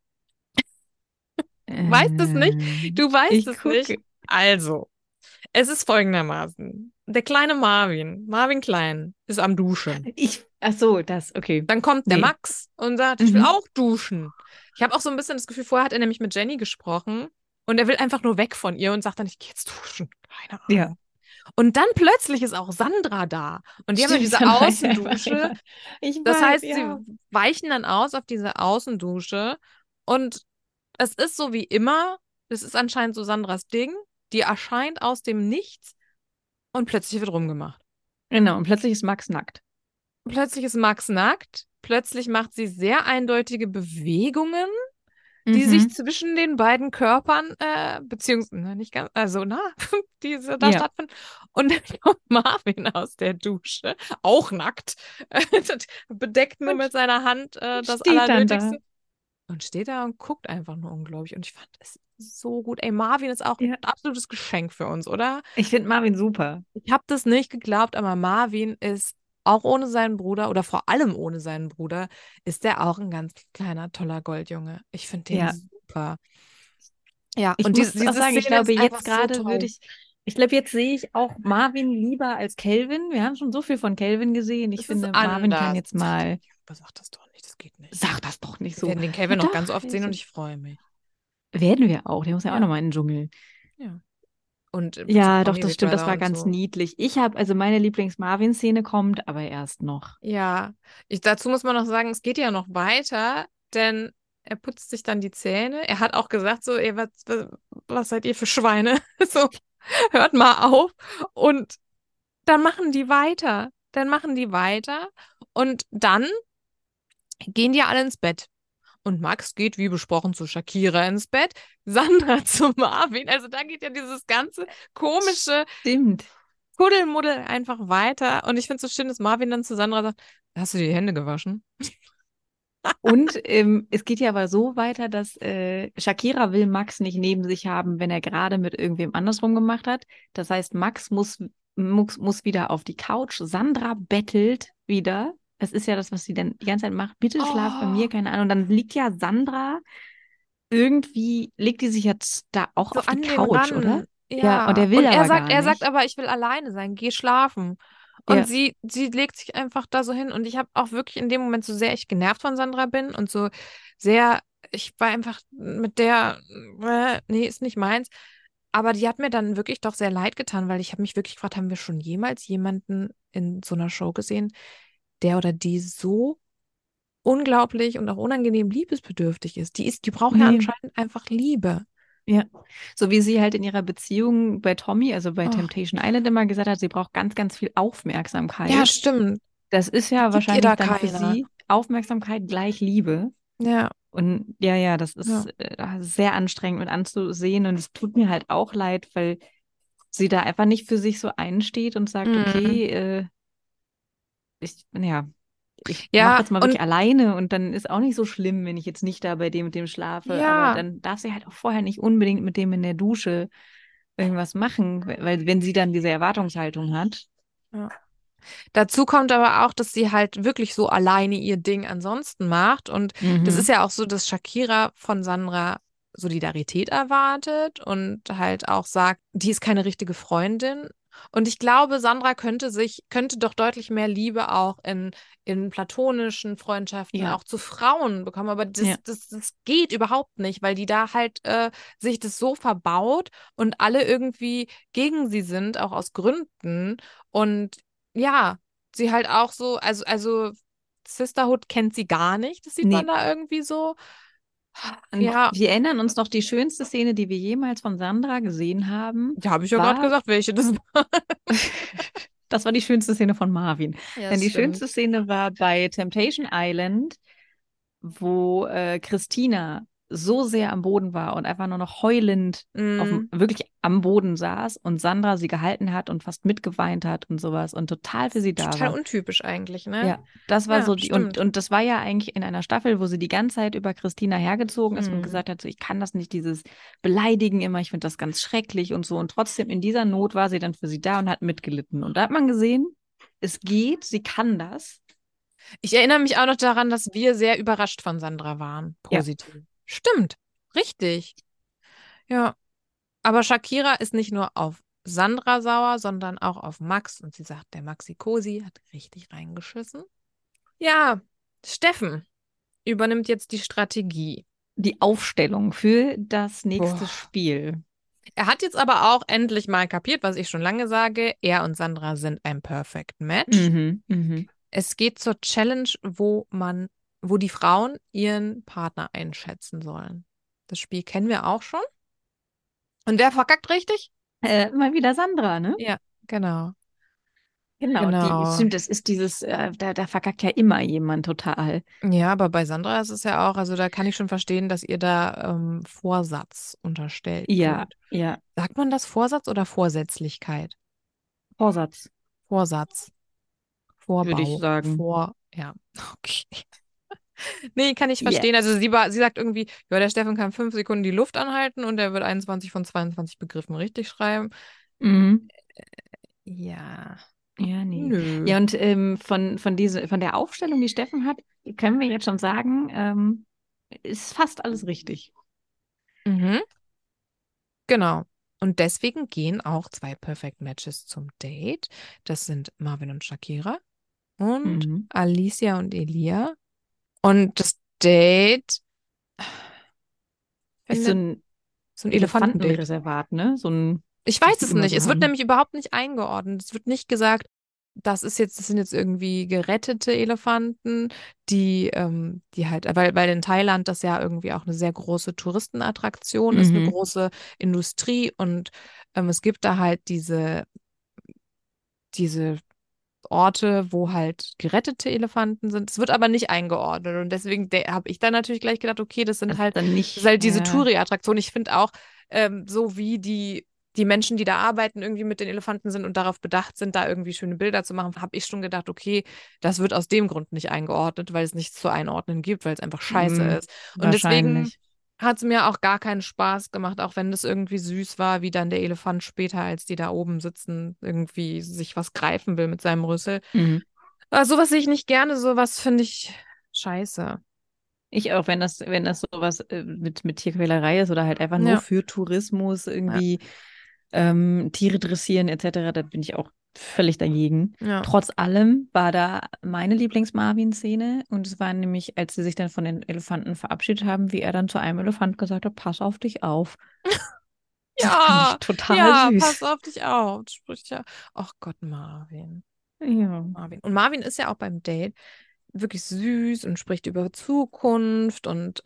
Weißt es nicht? Du weißt ich es nicht. gucke. Also, es ist folgendermaßen. Der kleine Marvin Klein, ist am Duschen. Ach so, das, okay. Dann kommt der Nee. Max und sagt, ich will Mhm. auch duschen. Ich habe auch so ein bisschen das Gefühl, vorher hat er nämlich mit Jenny gesprochen und er will einfach nur weg von ihr und sagt dann, ich gehe jetzt duschen. Keine Ja, Ahnung. Und dann plötzlich ist auch Sandra da. Und die haben ja stimmt, diese dann war ich einfach Außendusche. immer. Ich Das weiß, heißt, sie ja. weichen dann aus auf diese Außendusche. Und es ist so wie immer. Es ist anscheinend so Sandras Ding. Die erscheint aus dem Nichts und plötzlich wird rumgemacht. Genau, und plötzlich ist Max nackt. Plötzlich ist Max nackt. Plötzlich macht sie sehr eindeutige Bewegungen, die sich Mhm. zwischen den beiden Körpern, beziehungsweise, ne, nicht ganz, also, na, diese da Ja, stattfinden. Und dann kommt Marvin aus der Dusche, auch nackt, bedeckt nur und mit seiner Hand, das steht dann da. Allernötigste. Und steht da und guckt einfach nur unglaublich. Und ich fand es so gut. Ey, Marvin ist auch ein Ja. absolutes Geschenk für uns, oder? Ich finde Marvin super. Ich habe das nicht geglaubt, aber Marvin ist auch ohne seinen Bruder oder vor allem ohne seinen Bruder, ist der auch ein ganz kleiner, toller Goldjunge. Ich finde den Ja. super. Ja, Ich und muss auch diese sagen, ich Szene glaube, ist einfach jetzt so gerade toll. ich glaube, jetzt sehe ich auch Marvin lieber als Kelvin. Wir haben schon so viel von Kelvin gesehen. Ich Es ist finde, Marvin kann anders. jetzt mal, Aber sag das doch nicht, das geht nicht. sag das doch nicht Wir so. werden den Ja, Kevin noch ganz doch, oft sehen und ich freue mich. werden wir auch. Der muss ja auch Ja, nochmal in den Dschungel. ja. Und in Bezug Ja, auf doch, Romy das Big stimmt, das Brother war und ganz so. niedlich. Also meine Lieblings-Marvin-Szene kommt aber erst noch. Ja, dazu muss man noch sagen, es geht ja noch weiter, denn er putzt sich dann die Zähne. Er hat auch gesagt, so, ey, was seid ihr für Schweine? So, hört mal auf. Und dann machen die weiter. Dann machen die weiter. Und dann gehen die alle ins Bett. Und Max geht, wie besprochen, zu Shakira ins Bett, Sandra zu Marvin. Also da geht ja dieses ganze komische Stimmt. Kuddelmuddel einfach weiter. Und ich finde es so schön, dass Marvin dann zu Sandra sagt, hast du dir die Hände gewaschen? Und es geht ja aber so weiter, dass Shakira will Max nicht neben sich haben, wenn er gerade mit irgendwem anders rumgemacht hat. Das heißt, Max muss wieder auf die Couch. Sandra bettelt wieder. Das ist ja das, was sie dann die ganze Zeit macht. Bitte schlaf bei Oh, mir, keine Ahnung. Und dann liegt ja Sandra irgendwie, legt die sich jetzt da auch so auf die an den Couch, oder? ran. Ja, und Ja. er will Und aber gar er sagt nicht. aber, ich will alleine sein, geh schlafen. Und Ja. sie legt sich einfach da so hin. Und ich habe auch wirklich in dem Moment, so sehr ich genervt von Sandra bin und so sehr, ich war einfach mit der, nee, ist nicht meins. Aber die hat mir dann wirklich doch sehr leid getan, weil ich habe mich wirklich gefragt, haben wir schon jemals jemanden in so einer Show gesehen, der oder die so unglaublich und auch unangenehm liebesbedürftig ist? Die braucht ja Nee. anscheinend einfach Liebe. Ja, so wie sie halt in ihrer Beziehung bei Tommy, also bei Oh, Temptation Island immer gesagt hat, sie braucht ganz, ganz viel ja, Aufmerksamkeit. stimmt. Das ist Die ja gibt ihr wahrscheinlich da dann für keiner. sie Aufmerksamkeit gleich Liebe. Ja, Und ja, ja, das ja. ist sehr anstrengend mit anzusehen und es tut mir halt auch leid, weil sie da einfach nicht für sich so einsteht und sagt, Mhm. okay, ja, ich mache Ja, jetzt mal und wirklich alleine und dann ist auch nicht so schlimm, wenn ich jetzt nicht da bei dem und dem schlafe, aber ja, dann darf sie halt auch vorher nicht unbedingt mit dem in der Dusche irgendwas machen, weil wenn sie dann diese Erwartungshaltung hat. ja. Dazu kommt aber auch, dass sie halt wirklich so alleine ihr Ding ansonsten macht. Und das ist Mhm. ja auch so, dass Shakira von Sandra Solidarität erwartet und halt auch sagt, die ist keine richtige Freundin. Und ich glaube, Sandra könnte doch deutlich mehr Liebe auch in platonischen Freundschaften Ja, auch zu Frauen bekommen. Aber ja. das geht überhaupt nicht, weil die da halt sich das so verbaut und alle irgendwie gegen sie sind, auch aus Gründen. Und ja, sie halt auch so, also Sisterhood kennt sie gar nicht. Das sieht man Nee. da irgendwie so. Und Ja, wir erinnern uns noch, die schönste Szene, die wir jemals von Sandra gesehen haben, ja, habe ich ja gerade war, gesagt, welche das war. das war die schönste Szene von Marvin. Ja, Denn das die schönste stimmt. Szene war bei Temptation Island, wo Christina so sehr am Boden war und einfach nur noch heulend Mm, wirklich am Boden saß und Sandra sie gehalten hat und fast mitgeweint hat und sowas und total für sie da total war. untypisch eigentlich, ne? Ja, das war Ja, so stimmt. und das war ja eigentlich in einer Staffel, wo sie die ganze Zeit über Christina hergezogen ist und Mm. gesagt hat, so, ich kann das nicht, dieses Beleidigen immer, ich finde das ganz schrecklich und so. Und trotzdem in dieser Not war sie dann für sie da und hat mitgelitten. Und da hat man gesehen, es geht, sie kann das. Ich erinnere mich auch noch daran, dass wir sehr überrascht von Sandra waren. Ja. Positiv. Stimmt. Richtig. Ja. Aber Shakira ist nicht nur auf Sandra sauer, sondern auch auf Max. Und sie sagt, der Maxi Cosi hat richtig reingeschissen. Ja, Steffen übernimmt jetzt die Strategie. Die Aufstellung für das nächste Boah. Spiel. Er hat jetzt aber auch endlich mal kapiert, was ich schon lange sage. Er und Sandra sind ein Perfect Match. Mhm, mhm. Es geht zur Challenge, wo die Frauen ihren Partner einschätzen sollen. Das Spiel kennen wir auch schon. Und wer verkackt richtig? Mal wieder Sandra, ne? Ja, genau. Genau, Genau. stimmt, das ist dieses, da verkackt ja immer jemand total. Ja, aber bei Sandra ist es ja auch, also da kann ich schon verstehen, dass ihr da Vorsatz unterstellt Ja, wird. ja. Sagt man das Vorsatz oder Vorsätzlichkeit? Vorsatz, Vorsatz, würde ich Vorbau, sagen. ja, okay. Nee, kann ich Ja. verstehen. Also sie sagt irgendwie, ja, der Steffen kann 5 Sekunden die Luft anhalten und er wird 21 von 22 Begriffen richtig schreiben. Mhm. Ja, Ja, nee. nö. Ja, und von der Aufstellung, die Steffen hat, können wir jetzt schon sagen, ist fast alles richtig. Mhm, genau. Und deswegen gehen auch 2 Perfect Matches zum Date. Das sind Marvin und Shakira und Mhm. Alicia und Elia. Und das Date Ist so findet ein so ein Elefantendate. Elefantenreservat, ne? So ein, Ich was weiß die es immer nicht. so Es wird haben. nämlich überhaupt nicht eingeordnet. Es wird nicht gesagt, das sind jetzt irgendwie gerettete Elefanten, die halt, weil in Thailand das ja irgendwie auch eine sehr große Touristenattraktion ist, eine Mhm. große Industrie und es gibt da halt diese Orte, wo halt gerettete Elefanten sind. Es wird aber nicht eingeordnet und deswegen habe ich dann natürlich gleich gedacht, okay, Das ist dann das ist nicht, halt diese Touri-Attraktion. Ich finde auch, so wie die Menschen, die da arbeiten, irgendwie mit den Elefanten sind und darauf bedacht sind, da irgendwie schöne Bilder zu machen, habe ich schon gedacht, okay, das wird aus dem Grund nicht eingeordnet, weil es nichts zu einordnen gibt, weil es einfach scheiße ist. Und deswegen wahrscheinlich. hat es mir auch gar keinen Spaß gemacht, auch wenn das irgendwie süß war, wie dann der Elefant später, als die da oben sitzen, irgendwie sich was greifen will mit seinem Rüssel. Mhm. Aber sowas sehe ich nicht gerne, sowas finde ich scheiße. Ich auch, wenn das sowas mit Tierquälerei ist oder halt einfach nur Ja, für Tourismus ja, irgendwie Tiere dressieren etc., da bin ich auch völlig dagegen. ja. Trotz allem war da meine Lieblings-Marvin-Szene und es war nämlich, als sie sich dann von den Elefanten verabschiedet haben, wie er dann zu einem Elefant gesagt hat, pass auf dich auf. Das fand ich Ja, total ja, süß. pass auf dich auf. Das spricht ja. Ach Gott, Marvin. Ja. Marvin. Und Marvin ist ja auch beim Date wirklich süß und spricht über Zukunft und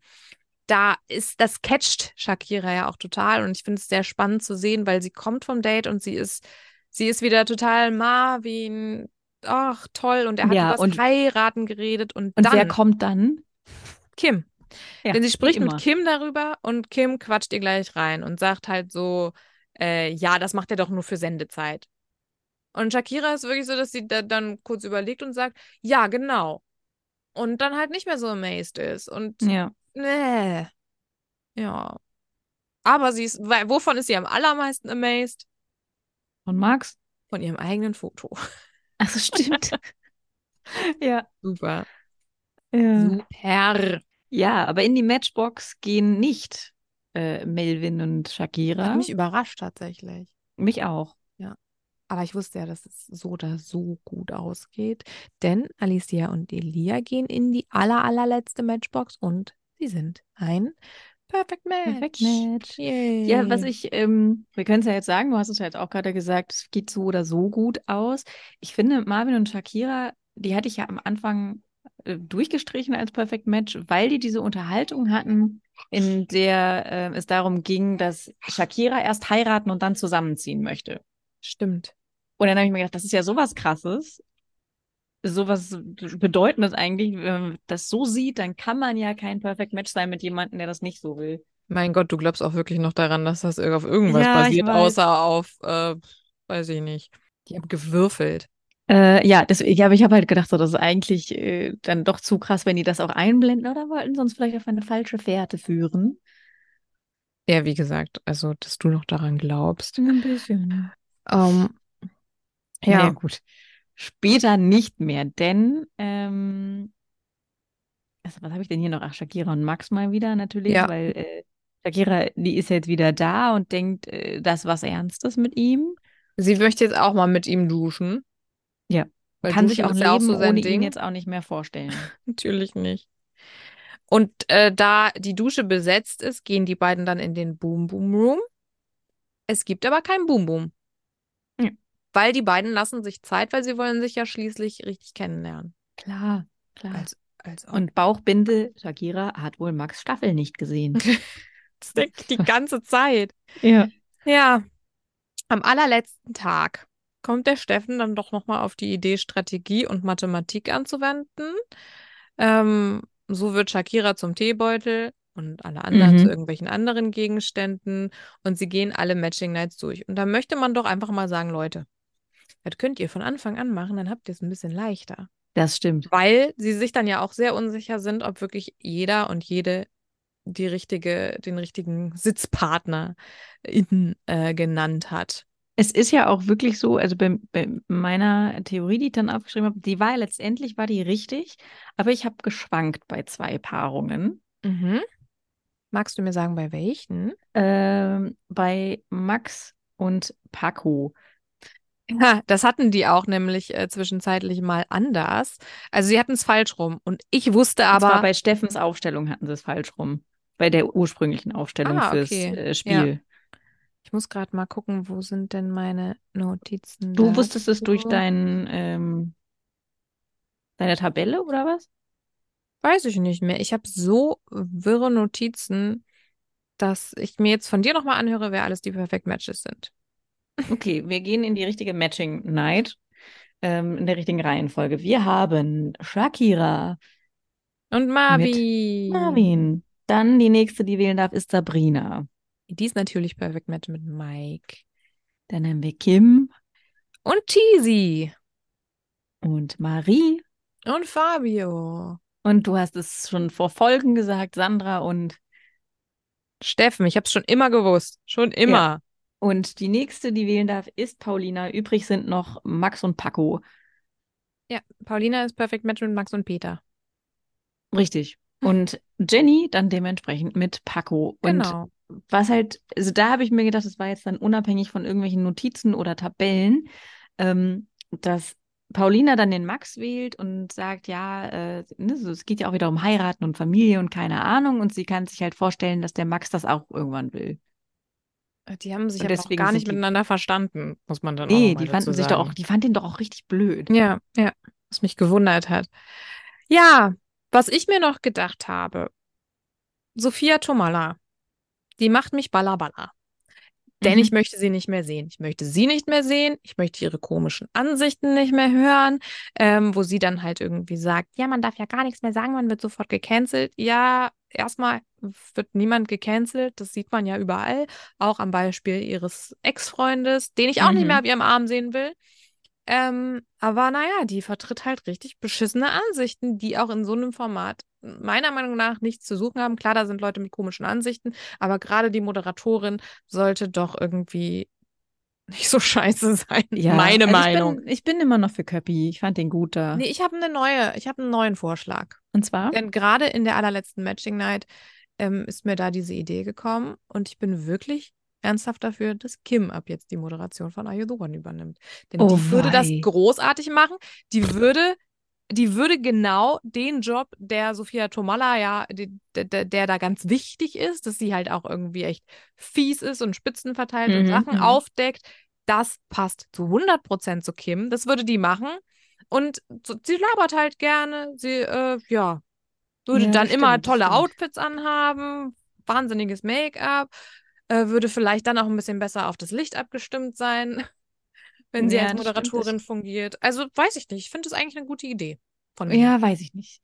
das catcht Shakira ja auch total und ich finde es sehr spannend zu sehen, weil sie kommt vom Date und sie ist wieder total Marvin, ach toll und er hat Ja, übers Heiraten geredet und und wer dann kommt dann? Kim. Ja, Denn sie wie spricht mit immer. Kim darüber und Kim quatscht ihr gleich rein und sagt halt so, ja, das macht er doch nur für Sendezeit. Und Shakira ist wirklich so, dass sie da dann kurz überlegt und sagt, ja, genau. Und dann halt nicht mehr so amazed ist. Und Ja. nee, ja. Aber wovon ist sie am allermeisten amazed? Und Max? Von ihrem eigenen Foto. Ach so, stimmt. Ja. Super. Ja. Super. Ja, aber in die Matchbox gehen nicht Melvin und Hat Shakira. mich überrascht tatsächlich. Mich auch. Ja. Aber ich wusste ja, dass es so oder so gut ausgeht. Denn Alicia und Elia gehen in die allerletzte Matchbox und sie sind ein Perfect Perfekt, Match. Match. Ja, Yay. wir können es ja jetzt sagen, du hast es ja jetzt auch gerade gesagt, es geht so oder so gut aus. Ich finde, Marvin und Shakira, die hatte ich ja am Anfang durchgestrichen als Perfect Match, weil die diese Unterhaltung hatten, in der es darum ging, dass Shakira erst heiraten und dann zusammenziehen möchte. Stimmt. Und dann habe ich mir gedacht, das ist ja sowas Krasses, sowas Bedeutendes eigentlich. Wenn man das so sieht, dann kann man ja kein Perfect Match sein mit jemandem, der das nicht so will. Mein Gott, du glaubst auch wirklich noch daran, dass das auf irgendwas Ja, ich basiert, weiß. außer auf, weiß ich nicht. Die haben gewürfelt. Ja, deswegen, ja, aber ich habe halt gedacht, so, das ist eigentlich dann doch zu krass, wenn die das auch einblenden oder wollten sonst vielleicht auf eine falsche Fährte führen. Ja, wie gesagt, also, dass du noch daran glaubst. Ein bisschen. Ähm, Naja, ja, gut. Später nicht mehr, denn, also, was habe ich denn hier noch? Ach, Shakira und Max mal wieder natürlich, ja. weil Shakira, die ist jetzt wieder da und denkt, das ist was Ernstes mit ihm. Sie möchte jetzt auch mal mit ihm duschen, Ja. weil Kann sich Duschen auch ein ist ja auch so Leben ohne sein ihn Ding. jetzt auch nicht mehr vorstellen. Natürlich nicht. Und da die Dusche besetzt ist, gehen die beiden dann in den Boom Boom Room. Es gibt aber kein Boom Boom, Ja, weil die beiden lassen sich Zeit, weil sie wollen sich ja schließlich richtig kennenlernen. klar, klar. Als ob. Und Bauchbinde, Shakira hat wohl Max Staffel nicht gesehen. Das denke ich die ganze Zeit. Ja. Ja, am allerletzten Tag kommt der Steffen dann doch nochmal auf die Idee, Strategie und Mathematik anzuwenden. So wird Shakira zum Teebeutel und alle anderen zu Mhm. irgendwelchen anderen Gegenständen und sie gehen alle Matching Nights durch. Und da möchte man doch einfach mal sagen, Leute, das könnt ihr von Anfang an machen, dann habt ihr es ein bisschen leichter. Das stimmt. Weil sie sich dann ja auch sehr unsicher sind, ob wirklich jeder und jede den richtigen Sitzpartner genannt hat. Es ist ja auch wirklich so, also bei meiner Theorie, die ich dann aufgeschrieben habe, die war ja letztendlich, war die richtig, aber ich habe geschwankt bei zwei Paarungen. Mhm. Magst du mir sagen, bei welchen? Bei Max und Paco. Ja, das hatten die auch nämlich zwischenzeitlich mal anders. Also sie hatten es falsch rum. Und ich wusste Und zwar aber, bei Steffens Aufstellung hatten sie es falsch rum. Bei der ursprünglichen Aufstellung fürs okay. Ja. Spiel. Ich muss gerade mal gucken, wo sind denn meine Notizen Du wusstest es durch dazu? deine Tabelle oder was? Weiß ich nicht mehr. Ich habe so wirre Notizen, dass ich mir jetzt von dir nochmal anhöre, wer alles die Perfect Matches sind. Okay, wir gehen in die richtige Matching Night, in der richtigen Reihenfolge. Wir haben Shakira Und mit Marvin. Marvin. Dann die nächste, die wählen darf, ist Sabrina. Die ist natürlich Perfect Match mit Mike. Dann haben wir Kim Und Cheesy. und Marie. Und Fabio. Und du hast es schon vor Folgen gesagt, Sandra und Steffen, ich habe es schon immer gewusst. Schon ja. immer. Und die nächste, die wählen darf, ist Paulina. Übrig sind noch Max und Paco. Ja, Paulina ist Perfect Match mit Max und Peter. Richtig. Und Jenny dann dementsprechend mit Paco. Und Genau. was halt, also da habe ich mir gedacht, das war jetzt dann unabhängig von irgendwelchen Notizen oder Tabellen, dass Paulina dann den Max wählt und sagt, ja, ne, so, es geht ja auch wieder um Heiraten und Familie und keine Ahnung. Und sie kann sich halt vorstellen, dass der Max das auch irgendwann will. Die haben sich Und aber auch deswegen gar nicht sind die, miteinander verstanden, muss man dann auch nee, nochmal die dazu fanden sich doch auch, sagen. die fand den doch auch richtig blöd. Ja, ja, was mich gewundert hat. Ja, was ich mir noch gedacht habe, Sophia Tomalla, die macht mich balla. Denn ich Mhm. möchte sie nicht mehr sehen. Ich möchte sie nicht mehr sehen. Ich möchte ihre komischen Ansichten nicht mehr hören, wo sie dann halt irgendwie sagt, ja, man darf ja gar nichts mehr sagen, man wird sofort gecancelt. Ja, erstmal wird niemand gecancelt. Das sieht man ja überall. Auch am Beispiel ihres Ex-Freundes, den ich auch nicht mehr Mhm. auf ihrem Arm sehen will. Aber naja, die vertritt halt richtig beschissene Ansichten, die auch in so einem Format meiner Meinung nach nichts zu suchen haben. Klar, da sind Leute mit komischen Ansichten, aber gerade die Moderatorin sollte doch irgendwie nicht so scheiße sein. Ja, Meine also Meinung. ich bin immer noch für Köppi. Ich fand den gut da. Nee, ich habe einen neuen Vorschlag. Und zwar? Denn gerade in der allerletzten Matching Night ist mir da diese Idee gekommen und ich bin wirklich ernsthaft dafür, dass Kim ab jetzt die Moderation von Are You the One übernimmt. Denn Oh die würde das wei. großartig machen. Die würde genau den Job, der Sophia Tomalla ja, der da ganz wichtig ist, dass sie halt auch irgendwie echt fies ist und Spitzen verteilt und Mhm, Sachen mhm. aufdeckt. Das passt zu 100% zu Kim. Das würde die machen. Und so, sie labert halt gerne. Sie, ja, würde Ja, dann das immer stimmt, das tolle stimmt. Outfits anhaben, wahnsinniges Make-up, würde vielleicht dann auch ein bisschen besser auf das Licht abgestimmt sein, wenn sie als Ja, das stimmt. Moderatorin fungiert. Also weiß ich nicht. Ich finde das eigentlich eine gute Idee von mir. Ja, weiß ich nicht.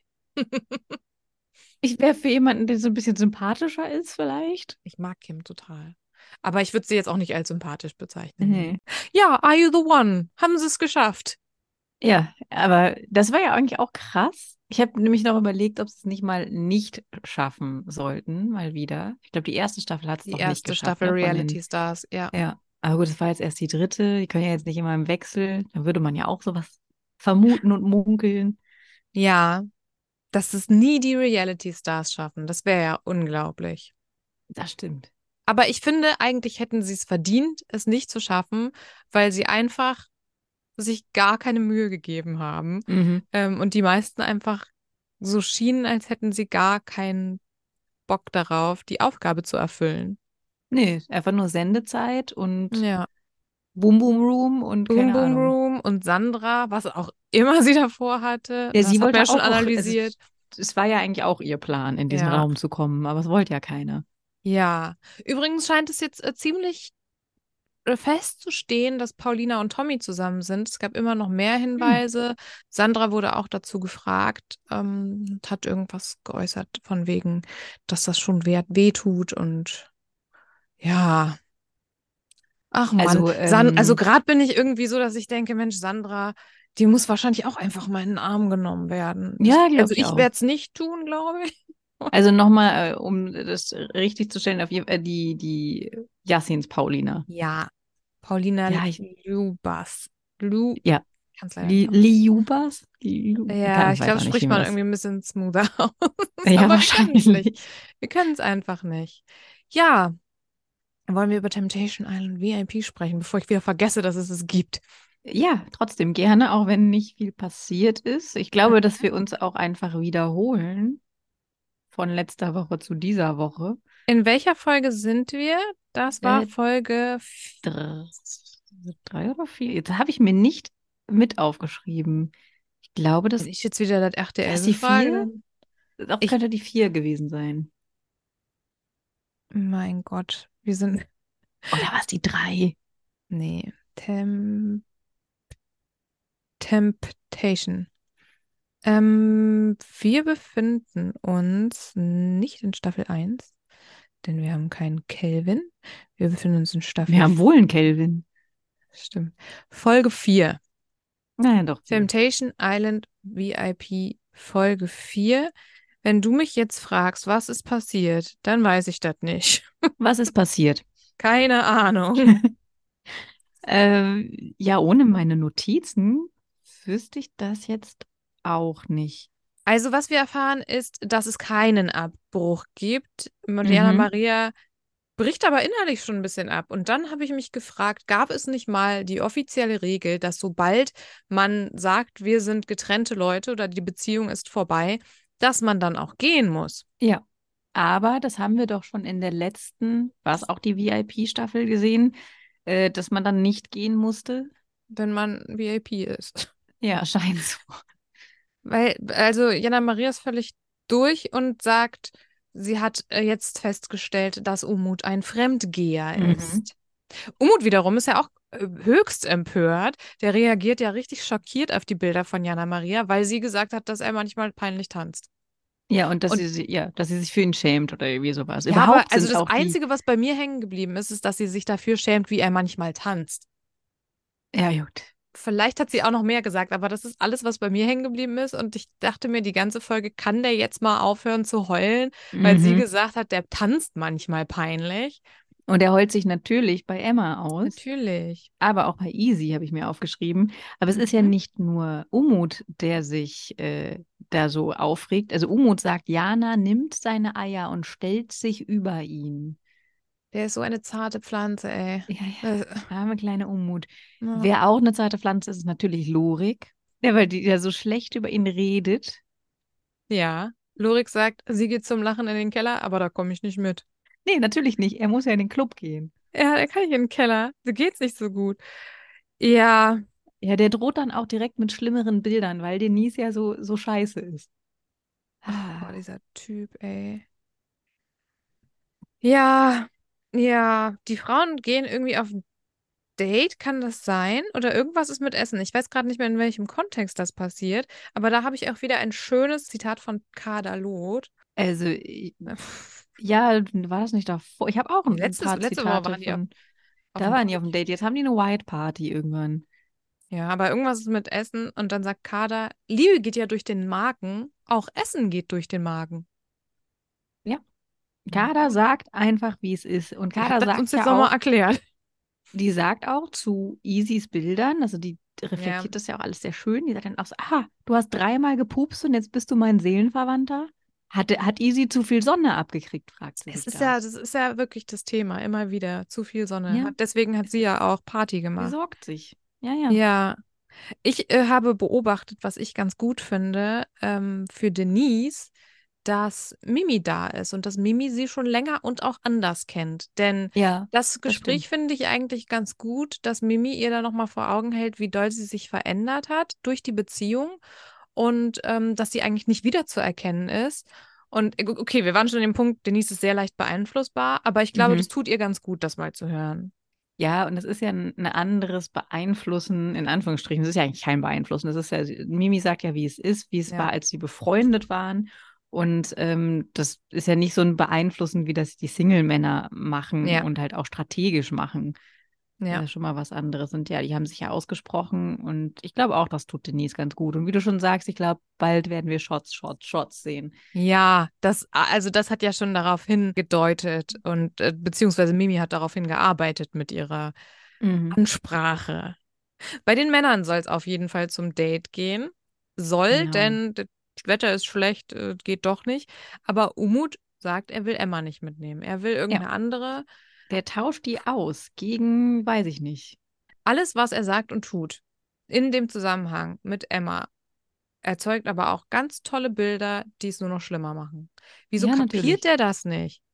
Ich wäre für jemanden, der so ein bisschen sympathischer ist, vielleicht. Ich mag Kim total. Aber ich würde sie jetzt auch nicht als sympathisch bezeichnen. Nee. Nee. Ja, Are You the One? Haben sie es geschafft? Ja, aber das war ja eigentlich auch krass. Ich habe nämlich noch überlegt, ob sie es nicht mal nicht schaffen sollten, mal wieder. Ich glaube, die erste Staffel hat es Die doch nicht erste geschafft, Staffel ne? Von Reality den, Stars, ja. ja. Aber gut, es war jetzt erst die dritte. Die können ja jetzt nicht immer im Wechsel. Da würde man ja auch sowas vermuten und munkeln. Ja, dass es nie die Reality Stars schaffen. Das wäre ja unglaublich. Das stimmt. Aber ich finde, eigentlich hätten sie es verdient, es nicht zu schaffen, weil sie einfach sich gar keine Mühe gegeben haben. Mhm. Und die meisten einfach so schienen, als hätten sie gar keinen Bock darauf, die Aufgabe zu erfüllen. Nee, einfach nur Sendezeit und Ja. Boom Boom Room und Boom keine Boom Ahnung. Room und Sandra, was auch immer sie davor hatte, Ja, das sie hat man ja wollte schon auch, also analysiert. es war ja eigentlich auch ihr Plan, in diesen Ja. Raum zu kommen, aber es wollte ja keiner. Ja. Übrigens scheint es jetzt ziemlich festzustehen, dass Paulina und Tommy zusammen sind. Es gab immer noch mehr Hm. Hinweise. Sandra wurde auch dazu gefragt, und hat irgendwas geäußert von wegen, dass das schon weh tut und ja. Ach Mann, Also, Also gerade bin ich irgendwie so, dass ich denke, Mensch, Sandra, die muss wahrscheinlich auch einfach mal in den Arm genommen werden. ja, Also glaube ich ich auch. werde es nicht tun, glaube ich. Also nochmal, um das richtig zu stellen, auf jeden Fall die Yassins Paulina. Ja, Paulina Ja, Lubas. Lu, ja, ich kann es leider nicht aussprechen. Liubas? Ja, Ich ich weiß glaube, auch nicht, wie spricht man man das. irgendwie ein bisschen smoother aus. Ja, Aber wir können es nicht. wahrscheinlich. Wir können es einfach nicht. Ja, wollen wir über Temptation Island VIP sprechen, bevor ich wieder vergesse, dass es es gibt. Ja, trotzdem gerne, auch wenn nicht viel passiert ist. Ich glaube, dass wir uns auch einfach wiederholen von letzter Woche zu dieser Woche. In welcher Folge sind wir? Das war Äh, Folge dr- 3 oder 4. Jetzt habe ich mir nicht mit aufgeschrieben. Ich glaube, Wenn ich jetzt wieder das das RTL die befrage, 4. dann. Das Ich, könnte die 4 gewesen sein. mein Gott, wir sind. Oder war es die 3? Nee. Temptation. Wir befinden uns nicht in Staffel 1, denn wir haben keinen Kelvin. Wir befinden uns in Wir Staffel. haben wohl einen Kelvin. Stimmt. Folge 4. Naja, doch. 4. Temptation Island VIP Folge 4. Wenn du mich jetzt fragst, was ist passiert, dann weiß ich das nicht. Was ist passiert? Keine Ahnung. Ja, ohne meine Notizen wüsste ich das jetzt auch nicht. Also, was wir erfahren, ist, dass es keinen Abbruch gibt. Jana Mhm. Maria bricht aber innerlich schon ein bisschen ab. Und dann habe ich mich gefragt, gab es nicht mal die offizielle Regel, dass sobald man sagt, wir sind getrennte Leute oder die Beziehung ist vorbei, dass man dann auch gehen muss? Ja, aber das haben wir doch schon in der letzten, war es auch die VIP-Staffel gesehen, dass man dann nicht gehen musste. Wenn man VIP ist. Ja, scheint so. Weil, also Jana Maria ist völlig durch und sagt, sie hat jetzt festgestellt, dass Umut ein Fremdgeher Mhm. ist. Umut wiederum ist ja auch höchst empört. Der reagiert ja richtig schockiert auf die Bilder von Jana Maria, weil sie gesagt hat, dass er manchmal peinlich tanzt. Ja, und Und dass sie sich für ihn schämt oder irgendwie sowas. ja, aber Überhaupt also sind das auch die, Einzige, was bei mir hängen geblieben ist, ist, dass sie sich dafür schämt, wie er manchmal tanzt. ja gut. Vielleicht hat sie auch noch mehr gesagt, aber das ist alles, was bei mir hängen geblieben ist. Und ich dachte mir, die ganze Folge, kann der jetzt mal aufhören zu heulen, weil sie Mhm. gesagt hat, der tanzt manchmal peinlich. Und er heult sich natürlich bei Emma aus, Natürlich. aber auch bei Easy habe ich mir aufgeschrieben. Aber es ist ja Mhm. nicht nur Umut, der sich da so aufregt. Also Umut sagt, Jana nimmt seine Eier und stellt sich über ihn. Der ist so eine zarte Pflanze, ey. Ja, ja, Äh, arme kleine Umut. ja. Wer auch eine zarte Pflanze ist, ist natürlich Lorik. Ja, weil die ja so schlecht über ihn redet. Ja. Lorik sagt, sie geht zum Lachen in den Keller, aber da komme ich nicht mit. Nee, natürlich nicht. Er muss ja in den Club gehen. Ja, da kann ich in den Keller. Da geht's nicht so gut. Ja. Ja, der droht dann auch direkt mit schlimmeren Bildern, weil Denise ja so scheiße ist. Oh, dieser Typ, ey. Ja. Ja. Die Frauen gehen irgendwie auf Date, kann das sein? Oder irgendwas ist mit Essen. Ich weiß gerade nicht mehr, in welchem Kontext das passiert, aber da habe ich auch wieder ein schönes Zitat von Kader Loth. Also, ja, war das nicht davor? Ich habe auch Nee, ein paar letzte Woche Zitate waren die von, auf da dem waren die auf dem Date. Date. Jetzt haben die eine White Party irgendwann. Ja, aber irgendwas ist mit Essen und dann sagt Kader, Liebe geht ja durch den Magen, auch Essen geht durch den Magen. Ja, Kader Gut. sagt einfach, wie es ist. Und Die hat Kader das uns sagt jetzt ja nochmal auch, erklärt. die sagt auch zu Easys Bildern, also die Ja, reflektiert das ja auch alles sehr schön. Die sagt dann auch so, aha, du hast 3-mal gepupst und jetzt bist du mein Seelenverwandter. Hat Easy zu viel Sonne abgekriegt, fragt sie es sich ist da. ja, das ist ja wirklich das Thema, immer wieder zu viel Sonne. Ja, Deswegen hat sie ja auch Party sie gemacht. sorgt sich. Ja, ja. Ja, ich habe beobachtet, was ich ganz gut finde, für Denise, dass Mimi da ist und dass Mimi sie schon länger und auch anders kennt. Denn Ja, das das Gespräch stimmt. finde ich eigentlich ganz gut, dass Mimi ihr da nochmal vor Augen hält, wie doll sie sich verändert hat durch die Beziehung und dass sie eigentlich nicht wiederzuerkennen ist. Und okay, wir waren schon an dem Punkt, Denise ist sehr leicht beeinflussbar, aber ich glaube, das Mhm. tut ihr ganz gut, das mal zu hören. Ja, und es ist ja ein anderes Beeinflussen, in Anführungsstrichen. Es ist ja eigentlich kein Beeinflussen. Es ist ja, Mimi sagt ja, wie es ist, wie es Ja, war, als sie befreundet waren. Und das ist ja nicht so ein Beeinflussen, wie das die Single-Männer machen ja, und halt auch strategisch machen. Das ja. ist schon mal was anderes. Und ja, die haben sich ja ausgesprochen. Und ich glaube auch, das tut Denise ganz gut. Und wie du schon sagst, ich glaube, bald werden wir Shots sehen. Ja, also das hat ja schon darauf hingedeutet und beziehungsweise Mimi hat darauf hingearbeitet mit ihrer Mhm. Ansprache. Bei den Männern soll es auf jeden Fall zum Date gehen. Soll, Genau. denn das Wetter ist schlecht, geht doch nicht. Aber Umut sagt, er will Emma nicht mitnehmen. Er will Ja, irgendeine andere. der tauscht die aus gegen, weiß ich nicht. Alles, was er sagt und tut, in dem Zusammenhang mit Emma, erzeugt aber auch ganz tolle Bilder, die es nur noch schlimmer machen. Wieso Ja, kapiert natürlich. der das nicht?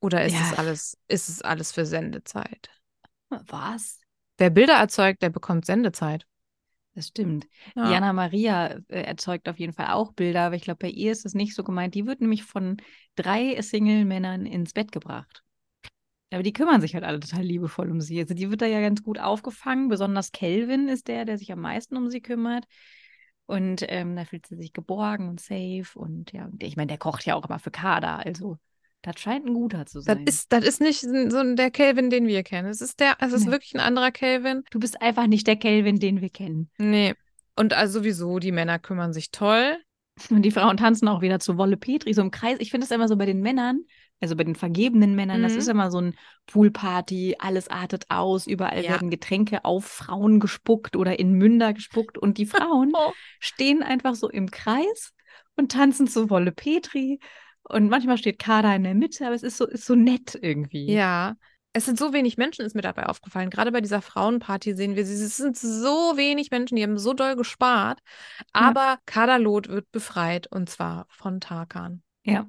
Oder ist Ja. ist es alles für Sendezeit? Was? Wer Bilder erzeugt, der bekommt Sendezeit. Das stimmt. Ja. Jana Maria erzeugt auf jeden Fall auch Bilder, aber ich glaube, bei ihr ist es nicht so gemeint. Die wird nämlich von 3 Single-Männern ins Bett gebracht. Aber die kümmern sich halt alle total liebevoll um sie. Also die wird da ja ganz gut aufgefangen. Besonders Kelvin ist der sich am meisten um sie kümmert. Und da fühlt sie sich geborgen und safe. Und ja, und ich meine, der kocht ja auch immer für Kader. Also das scheint ein guter zu sein. Das ist nicht so der Kelvin, den wir kennen. Es ist Nee. wirklich ein anderer Kelvin. Du bist einfach nicht der Kelvin, den wir kennen. Nee. Und also sowieso, die Männer kümmern sich toll. Und die Frauen tanzen auch wieder zu Wolle Petri, so im Kreis. Ich finde es immer so bei den Männern, also bei den vergebenen Männern, das ist immer so ein Poolparty, alles artet aus, überall Ja. werden Getränke auf Frauen gespuckt oder in Münder gespuckt und die Frauen Oh. stehen einfach so im Kreis und tanzen zu Wolle Petri und manchmal steht Kader in der Mitte, aber es ist so nett irgendwie. Ja. Es sind so wenig Menschen, ist mir dabei aufgefallen. Gerade bei dieser Frauenparty sehen wir, es sind so wenig Menschen, die haben so doll gespart. Aber Kadalot wird befreit und zwar von Tarkan. Ja,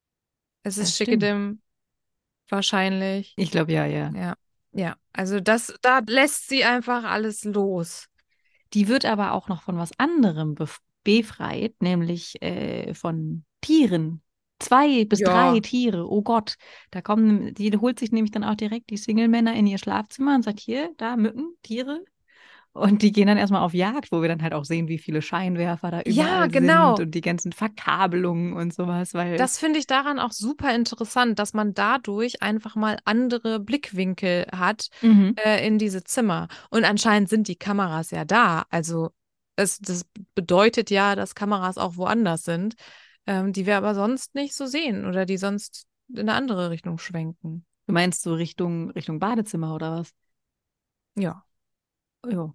Es das ist stimmt. Schickedim wahrscheinlich. Ich glaube, ja. Ja. Ja. Also da lässt sie einfach alles los. Die wird aber auch noch von was anderem befreit, nämlich von Tieren. 2 bis Ja. 3 Tiere. Oh Gott. Die holt sich nämlich dann auch direkt die Single-Männer in ihr Schlafzimmer und sagt, hier, da Mücken, Tiere. Und die gehen dann erstmal auf Jagd, wo wir dann halt auch sehen, wie viele Scheinwerfer da Ja, überall genau. sind und die ganzen Verkabelungen und sowas, weil Das finde ich daran auch super interessant, dass man dadurch einfach mal andere Blickwinkel hat Mhm. in diese Zimmer. Und anscheinend sind die Kameras ja da. Also das bedeutet ja, dass Kameras auch woanders sind, die wir aber sonst nicht so sehen oder die sonst in eine andere Richtung schwenken. Du meinst so Richtung Badezimmer oder was? Ja. Ja.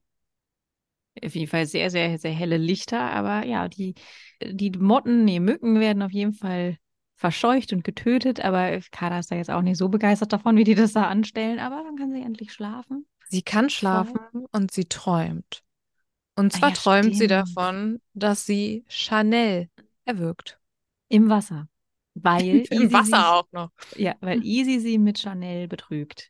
Auf jeden Fall sehr, sehr, sehr helle Lichter, aber ja, die Mücken werden auf jeden Fall verscheucht und getötet, aber Kada ist da jetzt auch nicht so begeistert davon, wie die das da anstellen, aber dann kann sie endlich schlafen. Sie kann schlafen und sie träumt. Und Ah zwar ja, träumt sie stimmt. davon, dass sie Chanel erwürgt. Im Wasser. Weil Im Wasser auch noch. Weil Easy sie mit Chanel betrügt.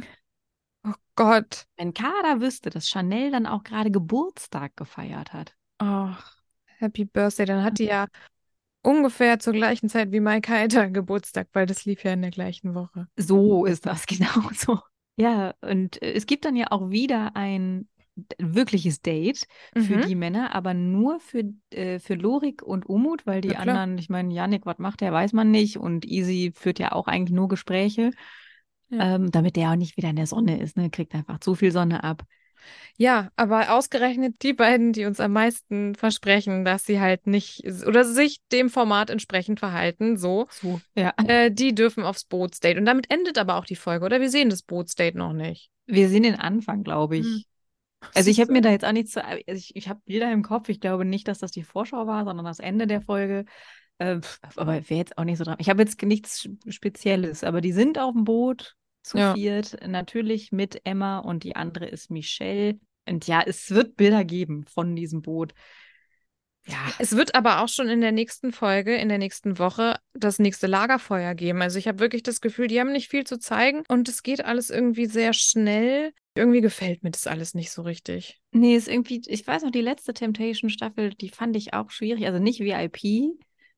Oh Gott. Wenn Kada wüsste, dass Chanel dann auch gerade Geburtstag gefeiert hat. Ach, Happy Birthday. Dann hat die ja ungefähr zur gleichen Zeit wie Mike Heiter Geburtstag, weil das lief ja in der gleichen Woche. So ist das, genau so. Ja, und es gibt dann ja auch wieder ein wirkliches Date für die Männer, aber nur für Lorik und Umut, weil die Na klar. anderen, ich meine, Yannick, was macht der, weiß man nicht. Und Easy führt ja auch eigentlich nur Gespräche, Ja. damit der auch nicht wieder in der Sonne ist, ne? Kriegt einfach zu viel Sonne ab. Ja, aber ausgerechnet die beiden, die uns am meisten versprechen, dass sie halt nicht oder sich dem Format entsprechend verhalten, so, So, ja. Die dürfen aufs Bootsdate. Und damit endet aber auch die Folge, oder? Wir sehen das Bootsdate noch nicht. Wir sehen den Anfang, glaube ich. Hm. Also ich Siehst habe du? mir da jetzt auch nichts zu, also ich habe Bilder im Kopf. Ich glaube nicht, dass das die Vorschau war, sondern das Ende der Folge. Aber wäre jetzt auch nicht so dran. Ich habe jetzt nichts Spezielles, aber die sind auf dem Boot zu Ja. viert, natürlich mit Emma und die andere ist Michelle. Und ja, es wird Bilder geben von diesem Boot. Ja, Es wird aber auch schon in der nächsten Folge, in der nächsten Woche, das nächste Lagerfeuer geben. Also ich habe wirklich das Gefühl, die haben nicht viel zu zeigen und es geht alles irgendwie sehr schnell. Irgendwie gefällt mir das alles nicht so richtig. nee, ist irgendwie, ich weiß noch, die letzte Temptation-Staffel, die fand ich auch schwierig. Also nicht VIP.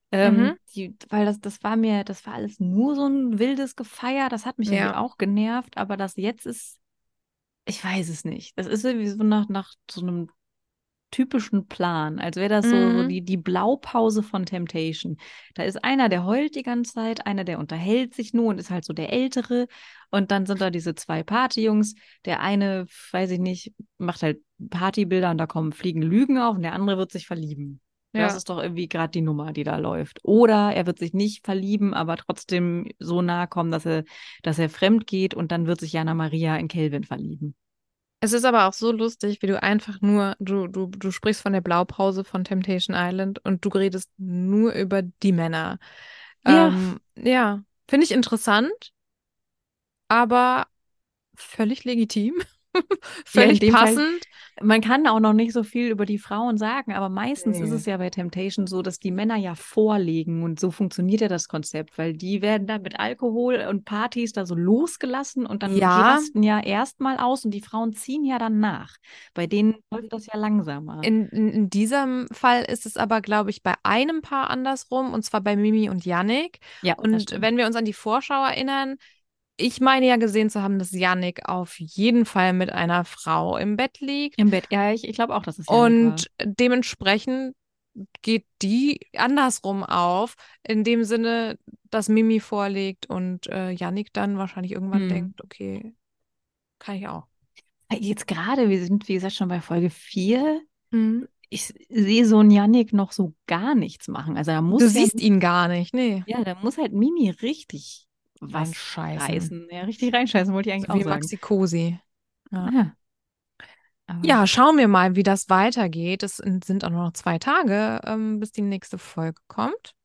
Weil das war alles nur so ein wildes Gefeier. Das hat mich irgendwie Ja. auch genervt, aber das jetzt ist, ich weiß es nicht. Das ist irgendwie so nach so einem typischen Plan, als wäre das so Mhm. die Blaupause von Temptation. Da ist einer, der heult die ganze Zeit, einer, der unterhält sich nur und ist halt so der Ältere. Und dann sind da diese 2 Partyjungs. Der eine, weiß ich nicht, macht halt Partybilder und da fliegen Lügen auf und der andere wird sich verlieben. Das Ja. ist doch irgendwie gerade die Nummer, die da läuft. Oder er wird sich nicht verlieben, aber trotzdem so nahe kommen, dass er fremd geht und dann wird sich Jana Maria in Kelvin verlieben. Es ist aber auch so lustig, wie du einfach nur, du sprichst von der Blaupause von Temptation Island und du redest nur über die Männer. Ja. Ja, finde ich interessant, aber völlig legitim, Ja, in völlig dem Fall passend. Man kann auch noch nicht so viel über die Frauen sagen, aber meistens ist Nee. es ja bei Temptation so, dass die Männer ja vorlegen und so funktioniert ja das Konzept, weil die werden dann mit Alkohol und Partys da so losgelassen und dann die Ja, rasten ja erstmal aus und die Frauen ziehen ja dann nach. Bei denen läuft das ja langsamer. in diesem Fall ist es aber, glaube ich, bei einem Paar andersrum, und zwar bei Mimi und Yannick. Ja, das Und stimmt. wenn wir uns an die Vorschau erinnern, ich meine ja gesehen zu haben, dass Yannick auf jeden Fall mit einer Frau im Bett liegt. Im Bett, ja, ich glaube auch, dass es Yannick war. Und dementsprechend geht die andersrum auf, in dem Sinne, dass Mimi vorlegt und Yannick dann wahrscheinlich irgendwann denkt, okay, kann ich auch. Jetzt gerade, wir sind, wie gesagt, schon bei Folge 4. Mhm. Ich sehe so einen Yannick noch so gar nichts machen. Also da Du muss ja, siehst ihn gar nicht, nee. ja, da muss halt Mimi richtig was Reinscheißen. reißen. Ja, richtig reinscheißen, wollte ich eigentlich So auch wie sagen. Maxi Cosi. Ja. Ja. Aber Ja, schauen wir mal, wie das weitergeht. Es sind auch nur noch 2 Tage, bis die nächste Folge kommt.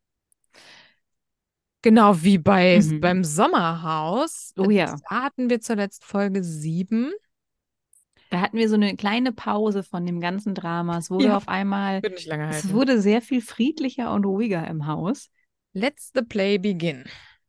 Genau wie beim Sommerhaus. Oh ja. Da hatten wir zuletzt Folge 7. Da hatten wir so eine kleine Pause von dem ganzen Drama. Es wurde Ja, auf einmal, wird nicht lange es halten. wurde sehr viel friedlicher und ruhiger im Haus. Let's the play begin.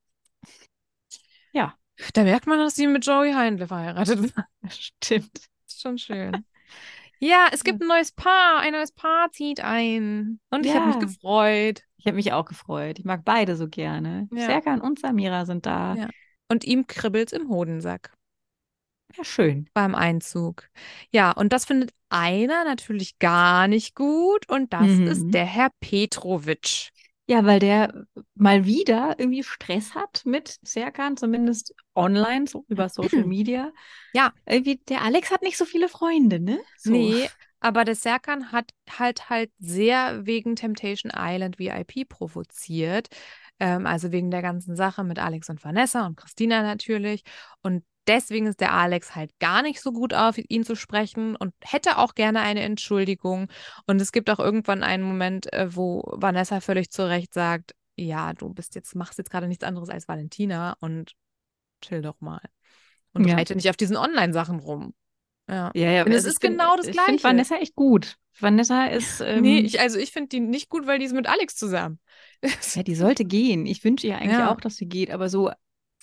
Ja, Da merkt man, dass sie mit Joey Heindle verheiratet war. stimmt. Ist schon schön. Ja, es gibt ein neues Paar. Ein neues Paar zieht ein. Und ich habe mich Ja. gefreut. Ich habe mich auch gefreut. Ich mag beide so gerne. Ja. Serkan und Samira sind da. Ja. Und ihm kribbelt's im Hodensack Ja, schön. beim Einzug. Ja, und das findet einer natürlich gar nicht gut. Und das ist der Herr Petrovic. Ja, weil der mal wieder irgendwie Stress hat mit Serkan, zumindest online, so über Social Media. Ja. Irgendwie, der Alex hat nicht so viele Freunde, ne? So. Nee, aber der Serkan hat halt sehr wegen Temptation Island VIP provoziert. Also wegen der ganzen Sache mit Alex und Vanessa und Christina natürlich. Und deswegen ist der Alex halt gar nicht so gut auf ihn zu sprechen und hätte auch gerne eine Entschuldigung. Und es gibt auch irgendwann einen Moment, wo Vanessa völlig zu Recht sagt, ja, machst jetzt gerade nichts anderes als Valentina und chill doch mal. Und Ja. reite nicht auf diesen Online-Sachen rum. Ja. Ja, Und es also ist genau das Ich Gleiche. finde Vanessa echt gut. Vanessa ist. Nee, ich finde die nicht gut, weil die ist mit Alex zusammen. Ja, die sollte gehen. Ich wünsche ihr eigentlich Ja. auch, dass sie geht, aber so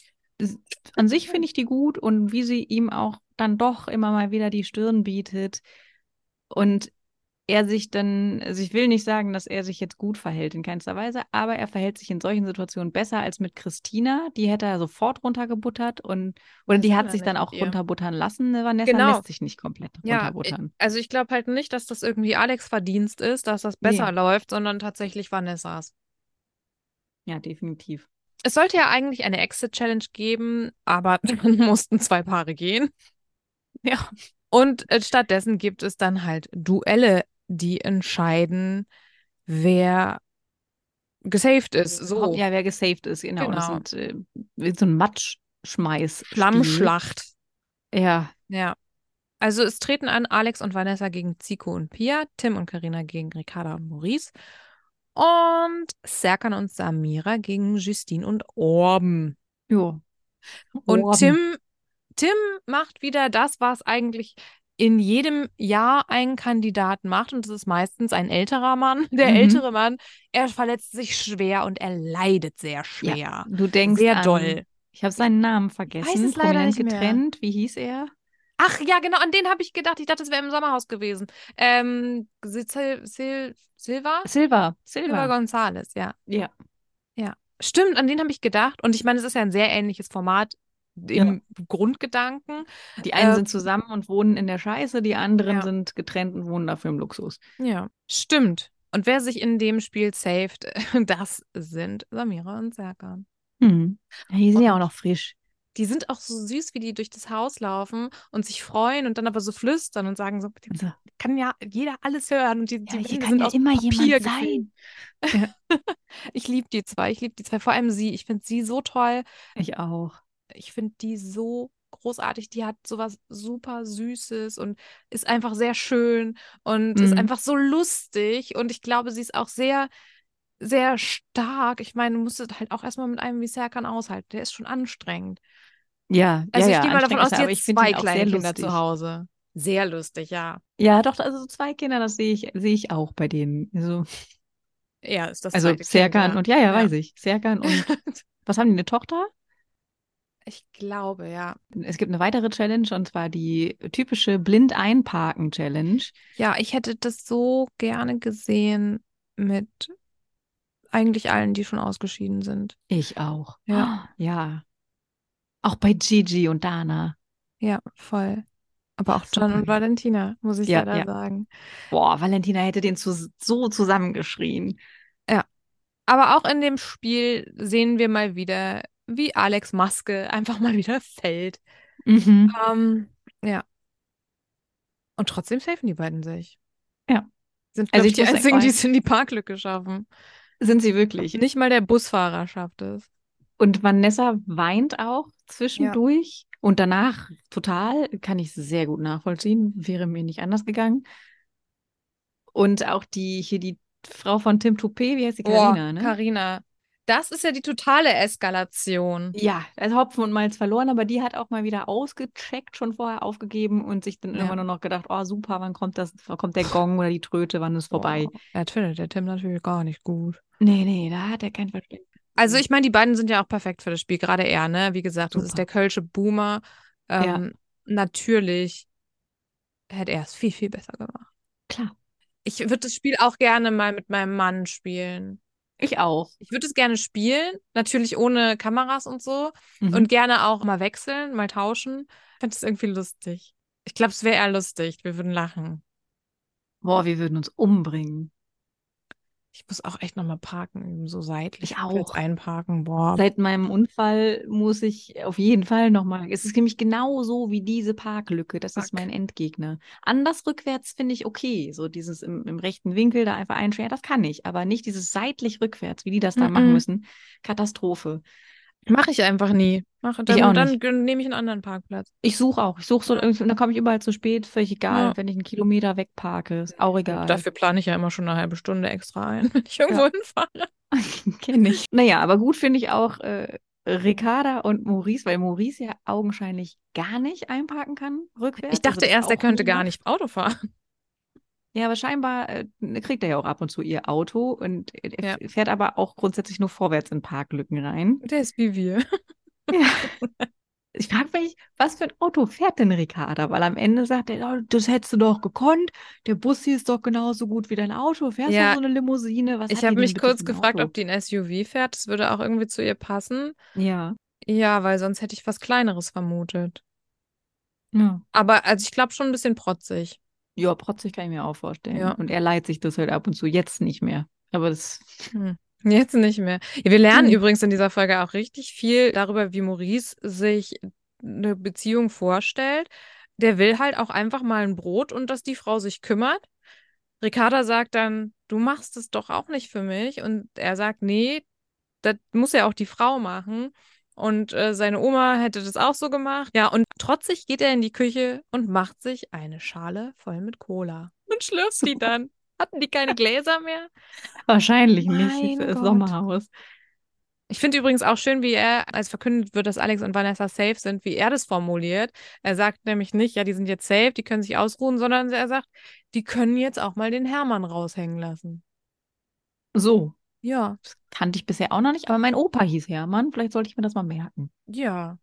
an sich finde ich die gut und wie sie ihm auch dann doch immer mal wieder die Stirn bietet und er sich dann, also ich will nicht sagen, dass er sich jetzt gut verhält in keinster Weise, aber er verhält sich in solchen Situationen besser als mit Christina. Die hätte er sofort runtergebuttert oder die hat sich dann auch runterbuttern lassen. Vanessa Genau. lässt sich nicht komplett Ja, runterbuttern. also ich glaube halt nicht, dass das irgendwie Alex' Verdienst ist, dass das besser läuft, sondern tatsächlich Vanessas. Ja, definitiv. Es sollte ja eigentlich eine Exit-Challenge geben, aber dann mussten 2 Paare gehen. Ja. Und stattdessen gibt es dann halt Duelle, die entscheiden, wer gesaved ist. So. Ja, wer gesaved ist, genau. Das Genau. sind so ein Matschschmeiß. Schlammschlacht. Ja. Ja. Also es treten an Alex und Vanessa gegen Zico und Pia, Tim und Karina gegen Ricarda und Maurice und Serkan und Samira gegen Justine und Orben. Jo. Und Tim macht wieder das, was eigentlich in jedem Jahr ein Kandidat macht, und das ist meistens ein älterer Mann. Der ältere Mann, er verletzt sich schwer und er leidet sehr schwer. Ja, du denkst sehr an, doll. Ich habe seinen Namen vergessen. Weiß es leider Prominent nicht mehr. getrennt. Wie hieß er? Ach ja, genau, an den habe ich gedacht. Ich dachte, es wäre im Sommerhaus gewesen. Silva González, ja. Ja. Ja, stimmt, an den habe ich gedacht. Und ich meine, es ist ja ein sehr ähnliches Format im Grundgedanken. Die einen sind zusammen und wohnen in der Scheiße, die anderen sind getrennt und wohnen dafür im Luxus. Ja, stimmt. Und wer sich in dem Spiel saved, das sind Samira und Serkan. Ja, die sind ja auch noch frisch. Die sind auch so süß, wie die durch das Haus laufen und sich freuen und dann aber so flüstern und sagen so, kann ja jeder alles hören. Und die hier sind kann ja aus immer Papier jemand sein. Ja. Ich liebe die zwei. Vor allem sie. Ich finde sie so toll. Ich auch. Ich finde die so großartig. Die hat sowas super Süßes und ist einfach sehr schön und ist einfach so lustig. Und ich glaube, sie ist auch sehr, sehr stark. Ich meine, du musst halt auch erstmal mit einem wie Serkan aushalten. Der ist schon anstrengend. Ja, Also ich gehe mal anstrengend davon aus, ist er, die aber hat ich finde 2 ihn auch kleine sehr Kinder lustig. zu Hause. Sehr lustig, ja. Ja, doch, also so 2 Kinder, das sehe ich auch bei denen. Er ist das Also zweite Kind, Serkan ja. und ja, weiß ich. Serkan und was haben die, eine Tochter? Ich glaube, ja. Es gibt eine weitere Challenge und zwar die typische Blind-Einparken-Challenge. Ja, ich hätte das so gerne gesehen mit eigentlich allen, die schon ausgeschieden sind. Ich auch. Ja. Ja. Auch bei Gigi und Dana. Ja, voll. Aber auch John Super. und Valentina, muss ich Ja, leider ja. sagen. Boah, Valentina hätte den so zusammengeschrien. Ja. Aber auch in dem Spiel sehen wir mal wieder, wie Alex Maske einfach mal wieder fällt. Mhm. Ja. Und trotzdem safen die beiden sich. Ja. Sind, Also glaube ich, ich die muss einzigen, die sagen, es in die Parklücke schaffen. sind sie wirklich. Nicht mal der Busfahrer schafft es. Und Vanessa weint auch Ja. zwischendurch und danach total, kann ich sehr gut nachvollziehen, wäre mir nicht anders gegangen. Und auch die Frau von Tim Toupé, wie heißt die, Boah, Carina, ne? Carina. Das ist ja die totale Eskalation. Ja, also Hopfen und Malz verloren, aber die hat auch mal wieder ausgecheckt, schon vorher aufgegeben und sich dann Ja. irgendwann nur noch gedacht, oh super, wann kommt der Gong oder die Tröte, wann ist vorbei? Boah, das findet der Tim natürlich gar nicht gut. Nee, da hat er kein Verständnis. Also ich meine, die beiden sind ja auch perfekt für das Spiel, gerade er, ne? Wie gesagt, das ist Super. der Kölsche Boomer. Ja, Natürlich hätte er es viel, viel besser gemacht. klar. Ich würde das Spiel auch gerne mal mit meinem Mann spielen. Ich auch. Ich würde es gerne spielen, natürlich ohne Kameras und so. Mhm. Und gerne auch mal wechseln, mal tauschen. Ich finde es irgendwie lustig. Ich glaube, es wäre eher lustig. Wir würden lachen. Boah, wir würden uns umbringen. Ich muss auch echt nochmal parken, üben, so seitlich Ich rückwärts auch. einparken. Boah. Seit meinem Unfall muss ich auf jeden Fall nochmal. Es ist nämlich genau so wie diese Parklücke. Das ist Fuck. mein Endgegner. Anders rückwärts finde ich okay. So dieses im rechten Winkel da einfach einscheren, das kann ich. Aber nicht dieses seitlich rückwärts, wie die das da machen müssen. Katastrophe. Mache ich einfach nie. Ich auch Dann nicht. nehme ich einen anderen Parkplatz. Ich suche auch. Ich suche so Ja. irgendwie, und dann komme ich überall zu spät. Völlig egal, Ja. wenn ich einen Kilometer wegparke. Ist auch egal. Dafür plane ich ja immer schon eine halbe Stunde extra ein, wenn ich irgendwo Ja. hinfahre. Kenne ich. Naja, aber gut finde ich auch Ricarda und Maurice, weil Maurice ja augenscheinlich gar nicht einparken kann, rückwärts. Ich dachte das erst, er auch könnte nie gar macht. nicht Auto fahren. Ja, aber scheinbar kriegt er ja auch ab und zu ihr Auto und Ja. fährt aber auch grundsätzlich nur vorwärts in Parklücken rein. Der ist wie wir. Ja. Ich frage mich, was für ein Auto fährt denn Ricarda? Weil am Ende sagt er, oh, das hättest du doch gekonnt. Der Bus hier ist doch genauso gut wie dein Auto. Fährst Ja, doch so eine Limousine. Was ich hat die habe denn mich bitte kurz für ein gefragt, Auto? ob die ein SUV fährt. Das würde auch irgendwie zu ihr passen. Ja. Ja, weil sonst hätte ich was Kleineres vermutet. Ja. Aber also ich glaube schon ein bisschen protzig. Ja, protzig kann ich mir auch vorstellen. Ja. Und er leiht sich das halt ab und zu, jetzt nicht mehr. Aber das. Jetzt nicht mehr. Ja, wir lernen Hm. übrigens in dieser Folge auch richtig viel darüber, wie Maurice sich eine Beziehung vorstellt. Der will halt auch einfach mal ein Brot und dass die Frau sich kümmert. Ricarda sagt dann, du machst es doch auch nicht für mich. Und er sagt, nee, das muss ja auch die Frau machen. Und seine Oma hätte das auch so gemacht. Ja, und trotzig geht er in die Küche und macht sich eine Schale voll mit Cola. Und schlürft die dann. Hatten die keine Gläser mehr? Wahrscheinlich nicht. Mein Das Gott. Sommerhaus. Ich finde übrigens auch schön, wie er, als verkündet wird, dass Alex und Vanessa safe sind, wie er das formuliert. Er sagt nämlich nicht, ja, die sind jetzt safe, die können sich ausruhen, sondern er sagt, die können jetzt auch mal den Hermann raushängen lassen. So. Ja, Das kannte ich bisher auch noch nicht, aber mein Opa hieß Hermann. Vielleicht sollte ich mir das mal merken. ja.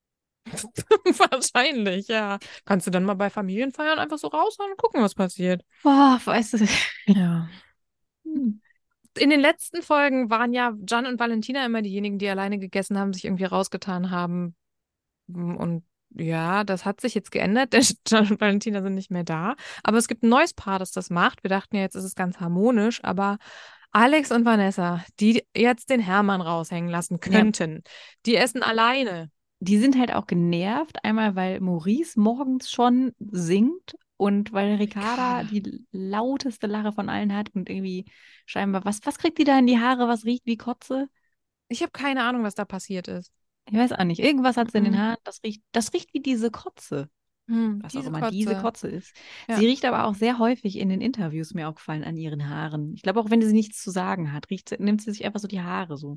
Wahrscheinlich, ja. Kannst du dann mal bei Familienfeiern einfach so raushauen und gucken, was passiert. Boah, weißt du. Ja. Hm. In den letzten Folgen waren ja Gian und Valentina immer diejenigen, die alleine gegessen haben, sich irgendwie rausgetan haben. Und ja, das hat sich jetzt geändert, denn Gian und Valentina sind nicht mehr da. Aber es gibt ein neues Paar, das das macht. Wir dachten ja, jetzt ist es ganz harmonisch, aber Alex und Vanessa, die jetzt den Hermann raushängen lassen könnten, die essen alleine. Die sind halt auch genervt. Einmal, weil Maurice morgens schon singt und weil Ricarda die lauteste Lache von allen hat und irgendwie scheinbar, was kriegt die da in die Haare, was riecht wie Kotze? Ich habe keine Ahnung, was da passiert ist. Ich weiß auch nicht. Irgendwas hat sie in den Mhm. Haaren, das riecht wie diese Kotze. Was auch Diese immer diese Kotze. Kotze ist. Ja. Sie riecht aber auch sehr häufig in den Interviews, mir aufgefallen, an ihren Haaren. Ich glaube, auch wenn sie nichts zu sagen hat, nimmt sie sich einfach so die Haare so. Ja.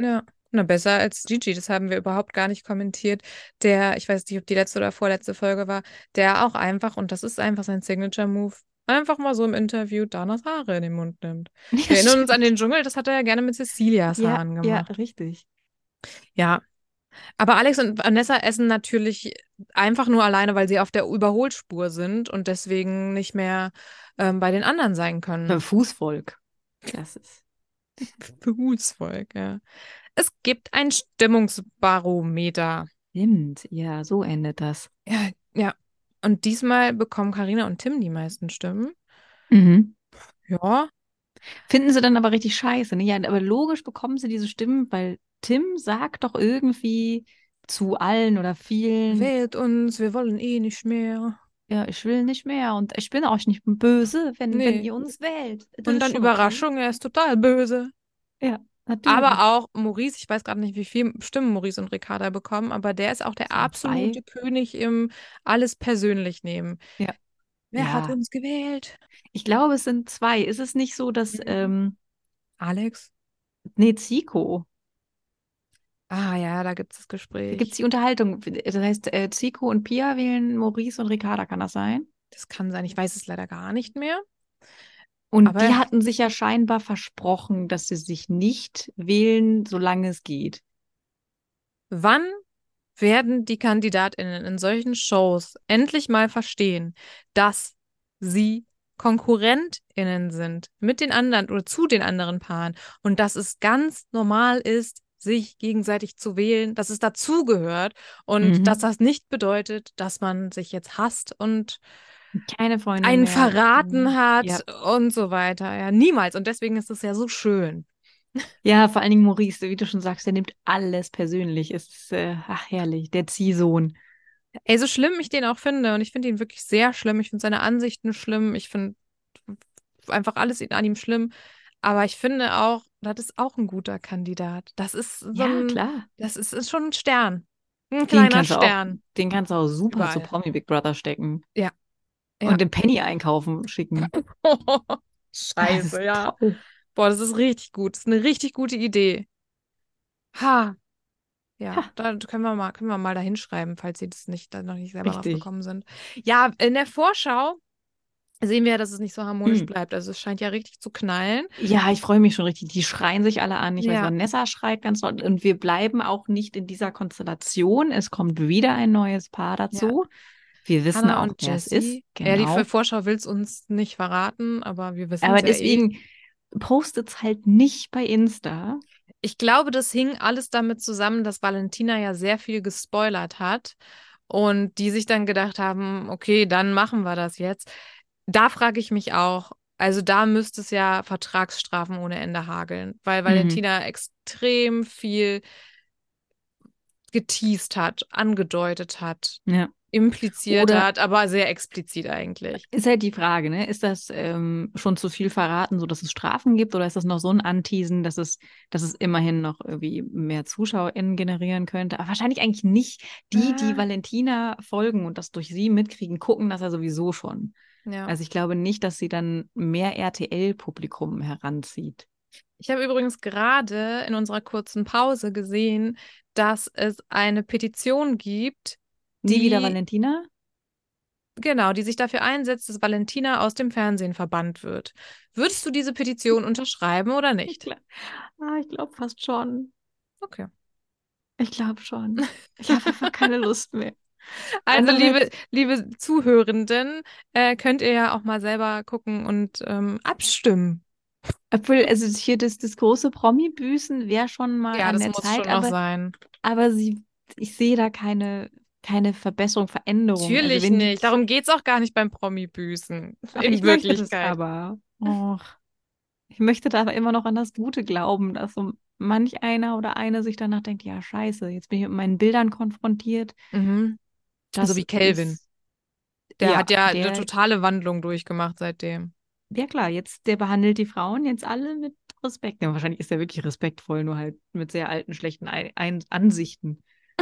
Na, besser als Gigi, das haben wir überhaupt gar nicht kommentiert. Der, ich weiß nicht, ob die letzte oder vorletzte Folge war, der auch einfach, und das ist einfach sein Signature-Move, einfach mal so im Interview Danas Haare in den Mund nimmt. Ja, Wir erinnern uns an stimmt. den Dschungel, das hat er ja gerne mit Cecilias Ja, Haaren ja, gemacht. richtig. Ja, aber Alex und Vanessa essen natürlich einfach nur alleine, weil sie auf der Überholspur sind und deswegen nicht mehr bei den anderen sein Beim können. Fußvolk. Das ist. Berufsvolk, ja. Es gibt ein Stimmungsbarometer. Stimmt, ja, so endet das. Ja, ja. Und diesmal bekommen Karina und Tim die meisten Stimmen. Mhm. Ja, Finden sie dann aber richtig scheiße, ne? Ja, aber logisch bekommen sie diese Stimmen, weil Tim sagt doch irgendwie zu allen oder vielen, wählt uns, wir wollen eh nicht mehr. ja, ich will nicht mehr und ich bin euch nicht böse, wenn Nee. ihr uns wählt. Das Und ist dann schon okay. Überraschung, er ist total böse. Ja, natürlich. Aber auch Maurice, ich weiß gerade nicht, wie viel Stimmen Maurice und Ricarda bekommen, aber der ist auch der So 2. absolute König im alles persönlich nehmen. Ja. Wer hat Ja. uns gewählt? Ich glaube, es sind 2. Ist es nicht so, dass, Alex? nee, Zico, Ah ja, da gibt es das da gibt es Gespräch. die Unterhaltung. Das heißt, Zico und Pia wählen Maurice und Ricarda, kann das sein? Das kann sein, ich weiß es leider gar nicht mehr. Und die Aber hatten sich ja scheinbar versprochen, dass sie sich nicht wählen, solange es geht. wann werden die KandidatInnen in solchen Shows endlich mal verstehen, dass sie KonkurrentInnen sind mit den anderen oder zu den anderen Paaren und dass es ganz normal ist, sich gegenseitig zu wählen, dass es dazugehört und dass Mhm. das nicht bedeutet, dass man sich jetzt hasst und Keine Freunde einen mehr. verraten Ja. hat und so weiter. Ja, niemals. Und deswegen ist es ja so schön. Ja, vor allen Dingen Maurice, wie du schon sagst, der nimmt alles persönlich. Es ist, ach herrlich, der Ziehsohn. Ey, so schlimm ich den auch finde, und ich finde ihn wirklich sehr schlimm, ich finde seine Ansichten schlimm, ich finde einfach alles an ihm schlimm, aber ich finde auch, das ist auch ein guter Kandidat. Das ist so Ja, ein, klar. ist schon ein Stern. Ein Den kleiner kannst du auch, Stern. den kannst du auch super zu Überall. Promi Big Brother stecken Ja, ja. und den Penny einkaufen schicken. Das Scheiße, ist ja. toll. Boah, das ist richtig gut. Das ist eine richtig gute Idee. Ha, ja, Ha, da können wir mal da hinschreiben, falls Sie das nicht, da noch nicht selber drauf richtig. gekommen sind. Ja, in der Vorschau sehen wir ja, dass es nicht so harmonisch Hm. bleibt. Also es scheint ja richtig zu knallen. Ja, ich freue mich schon richtig. Die schreien sich alle an. Ich weiß, Ja, Vanessa schreit ganz laut. Und wir bleiben auch nicht in dieser Konstellation. Es kommt wieder ein neues Paar ja. dazu. Wir wissen Hannah auch, und wer es ist. Jessie. Ja, die Genau. Vorschau will es uns nicht verraten, aber wir wissen Aber es ja eh. deswegen postet's halt nicht bei Insta. Ich glaube, das hing alles damit zusammen, dass Valentina ja sehr viel gespoilert hat und die sich dann gedacht haben, okay, dann machen wir das jetzt. Da frage ich mich auch, also da müsste es ja Vertragsstrafen ohne Ende hageln, weil Mhm. Valentina extrem viel geteased hat, angedeutet hat, Ja. impliziert Oder hat, aber sehr explizit eigentlich. ist halt die Frage, ne? Ist das schon zu viel verraten, so dass es Strafen gibt, oder ist das noch so ein Anteasen, dass es immerhin noch irgendwie mehr ZuschauerInnen generieren könnte? Aber wahrscheinlich eigentlich nicht. Die Ah, Valentina folgen und das durch sie mitkriegen, gucken das ja sowieso schon. ja. Also ich glaube nicht, dass sie dann mehr RTL-Publikum heranzieht. Ich habe übrigens gerade in unserer kurzen Pause gesehen, dass es eine Petition gibt, Nie wieder die, Valentina? genau, die sich dafür einsetzt, dass Valentina aus dem Fernsehen verbannt wird. Würdest du diese Petition unterschreiben oder Ich nicht? glaube ich glaub fast schon. Okay. Ich glaube schon. Ich habe einfach keine Lust mehr. Also, Andererseits, liebe Zuhörenden, könnt ihr ja auch mal selber gucken und abstimmen. obwohl, also hier das große Promi-Büßen wäre schon mal Ja, an das der muss Zeit, schon noch sein. aber ich sehe da keine Verbesserung, Veränderung. Also Natürlich wenn die, nicht. Darum geht es auch gar nicht beim Promi-Büßen. ach, In ich möchte das Wirklichkeit. aber. Och, ich möchte da aber immer noch an das Gute glauben, dass so manch einer oder eine sich danach denkt, ja, scheiße, jetzt bin ich mit meinen Bildern konfrontiert. Mhm. So Das wie Kelvin. ist, Der ja, hat ja eine totale Wandlung durchgemacht seitdem. ja klar, jetzt, der behandelt die Frauen jetzt alle mit Respekt. Ja, wahrscheinlich ist er wirklich respektvoll, nur halt mit sehr alten, schlechten Ansichten.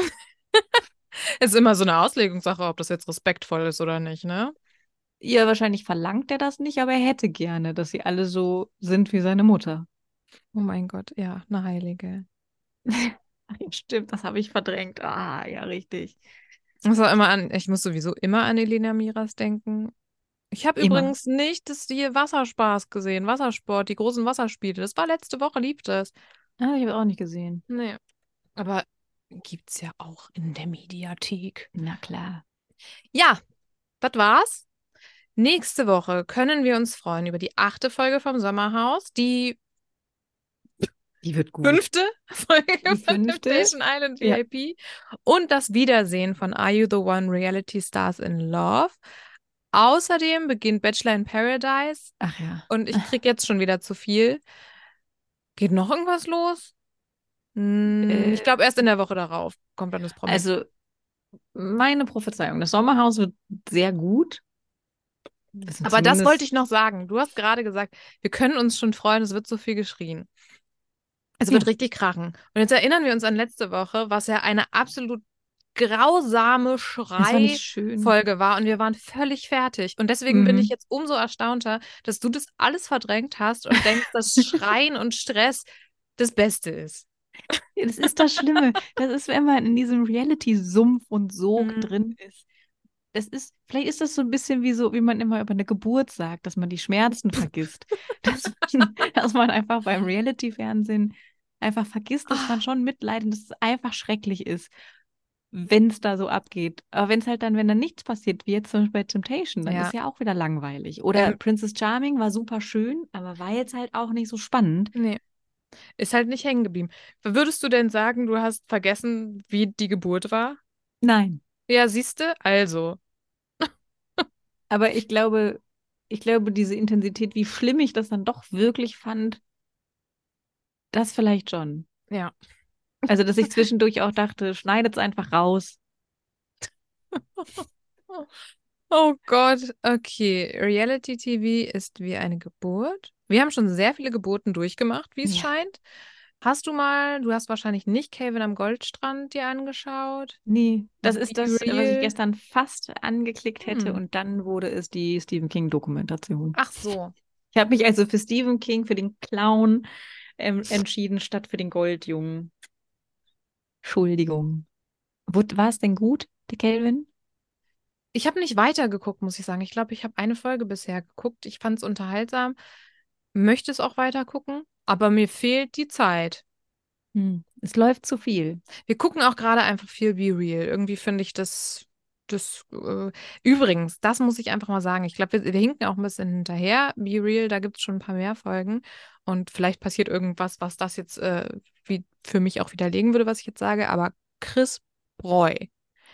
Es ist immer so eine Auslegungssache, ob das jetzt respektvoll ist oder nicht, ne? Ja, wahrscheinlich verlangt er das nicht, aber er hätte gerne, dass sie alle so sind wie seine Mutter. Oh mein Gott, ja, eine Heilige. Ach ja, stimmt, das habe ich verdrängt. Ah, ja, richtig. Ich muss sowieso immer an Elena Miras denken. Ich habe Immer. übrigens nicht das hier Wasserspaß gesehen, Wassersport, die großen Wasserspiele. Das war letzte Woche, lief das. Ah, ich habe auch nicht gesehen. Nee. Aber gibt's ja auch in der Mediathek. Na klar. Ja, das war's. Nächste Woche können wir uns freuen über die 8. Folge vom Sommerhaus, die Die wird gut. 5. Folge Die von 5. Temptation Island Ja. VIP und das Wiedersehen von Are You the One? Reality Stars in Love. Außerdem beginnt Bachelor in Paradise Ach ja. und ich krieg jetzt schon wieder zu viel. Geht noch irgendwas los? Ich glaube, erst in der Woche darauf kommt dann das Promi. Also, meine Prophezeiung, das Sommerhaus wird sehr gut. Aber das wollte ich noch sagen. Du hast gerade gesagt, wir können uns schon freuen, es wird so viel geschrien. Es wird richtig krachen. Und jetzt erinnern wir uns an letzte Woche, was ja eine absolut grausame Das war nicht schön. Schrei-Folge war und wir waren völlig fertig. Und deswegen bin ich jetzt umso erstaunter, dass du das alles verdrängt hast und denkst, dass Schreien und Stress das Beste ist. Ja, das ist das Schlimme. Das ist, wenn man in diesem Reality-Sumpf und Sog drin ist. Vielleicht ist das so ein bisschen wie man immer über eine Geburt sagt, dass man die Schmerzen vergisst. Dass man einfach beim Reality-Fernsehen einfach vergisst, dass man schon mitleidet und dass es einfach schrecklich ist, wenn es da so abgeht. Aber wenn dann nichts passiert, wie jetzt zum Beispiel bei Temptation, dann Ja. ist ja auch wieder langweilig. Oder Princess Charming war super schön, aber war jetzt halt auch nicht so spannend. Nee. Ist halt nicht hängen geblieben. Würdest du denn sagen, du hast vergessen, wie die Geburt war? Nein. Ja, siehste, also. Aber ich glaube, diese Intensität, wie schlimm ich das dann doch wirklich fand, das vielleicht schon. Ja. Also, dass ich zwischendurch auch dachte, schneidet es einfach raus. Oh Gott, okay. Reality TV ist wie eine Geburt. Wir haben schon sehr viele Geburten durchgemacht, wie es Ja. scheint. Du hast wahrscheinlich nicht Calvin am Goldstrand dir angeschaut. Nee, das Be ist das, was ich Real. gestern fast angeklickt hätte Hm. und dann wurde es die Stephen King-Dokumentation. Ach so. Ich habe mich also für Stephen King, für den Clown entschieden, statt für den Goldjungen. Entschuldigung. War es denn gut, der Calvin? Ich habe nicht weitergeguckt, muss ich sagen. Ich glaube, ich habe eine Folge bisher geguckt. Ich fand es unterhaltsam, möchte es auch weiter gucken, aber mir fehlt die Zeit. Es läuft zu viel. Wir gucken auch gerade einfach viel Be Real. Irgendwie finde ich übrigens, das muss ich einfach mal sagen. Ich glaube, wir hinken auch ein bisschen hinterher. Be Real, da gibt es schon ein paar mehr Folgen. Und vielleicht passiert irgendwas, was das jetzt wie für mich auch widerlegen würde, was ich jetzt sage. Aber Chris Broich,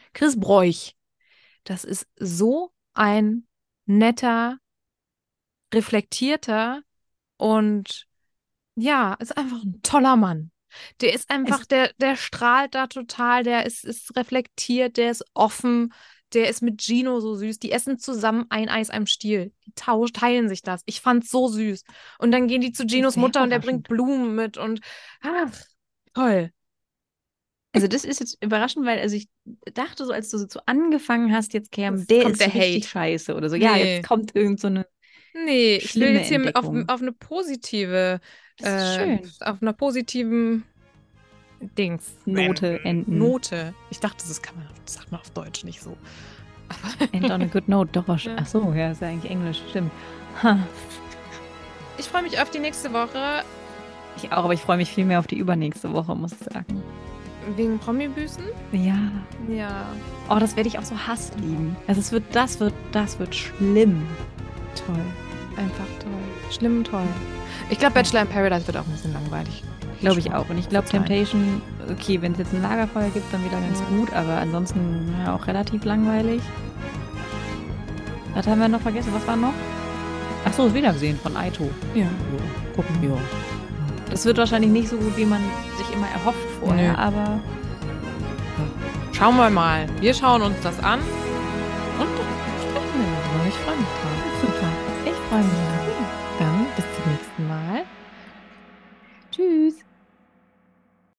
das ist so ein netter, reflektierter und ja, ist einfach ein toller Mann. Der ist einfach, der strahlt da total, der ist reflektiert, der ist offen, der ist mit Gino so süß. Die essen zusammen ein Eis am Stiel. Die teilen sich das. Ich fand's so süß. Und dann gehen die zu Ginos sehr Mutter und der überraschend. bringt Blumen mit und ach, toll. Also das ist jetzt überraschend, weil ich dachte so, als du so angefangen hast, jetzt Cam, Jetzt der kommt ist der richtig Hate. scheiße oder so. Ja, Nee. jetzt kommt irgend so eine Nee, ich will schlimme jetzt hier auf Entdeckung. eine positive, Das ist schön. auf einer positiven Dings. Note enden. Note. Ich dachte, das sagt man auf Deutsch nicht so. End on a good note. Doch, Ja. ach so, ja, ist ja eigentlich Englisch, stimmt. Ha. Ich freue mich auf die nächste Woche Ich auch, aber ich freue mich viel mehr auf die übernächste Woche, muss ich sagen. wegen Promi-Büßen. Ja. Ja, Oh, das werde ich auch so hasslieben. Also das wird schlimm. toll. Einfach toll. Schlimm und toll. Ich glaube, Bachelor in Paradise wird auch ein bisschen langweilig. Glaube ich auch. Und ich glaube, Sein. Temptation, okay, wenn es jetzt ein Lagerfeuer gibt, dann wieder ganz gut, aber ansonsten ja, auch relativ langweilig. Was haben wir noch vergessen? Was war noch? Ach so, das Wiedersehen von Aito. Ja. Gucken wir. Das wird wahrscheinlich nicht so gut, wie man sich immer erhofft vorher, Nö. aber Schauen wir mal. Wir schauen uns das an und dann sprechen wir darüber. Ich freue mich drauf. super. Ich freue mich. Dann bis zum nächsten Mal.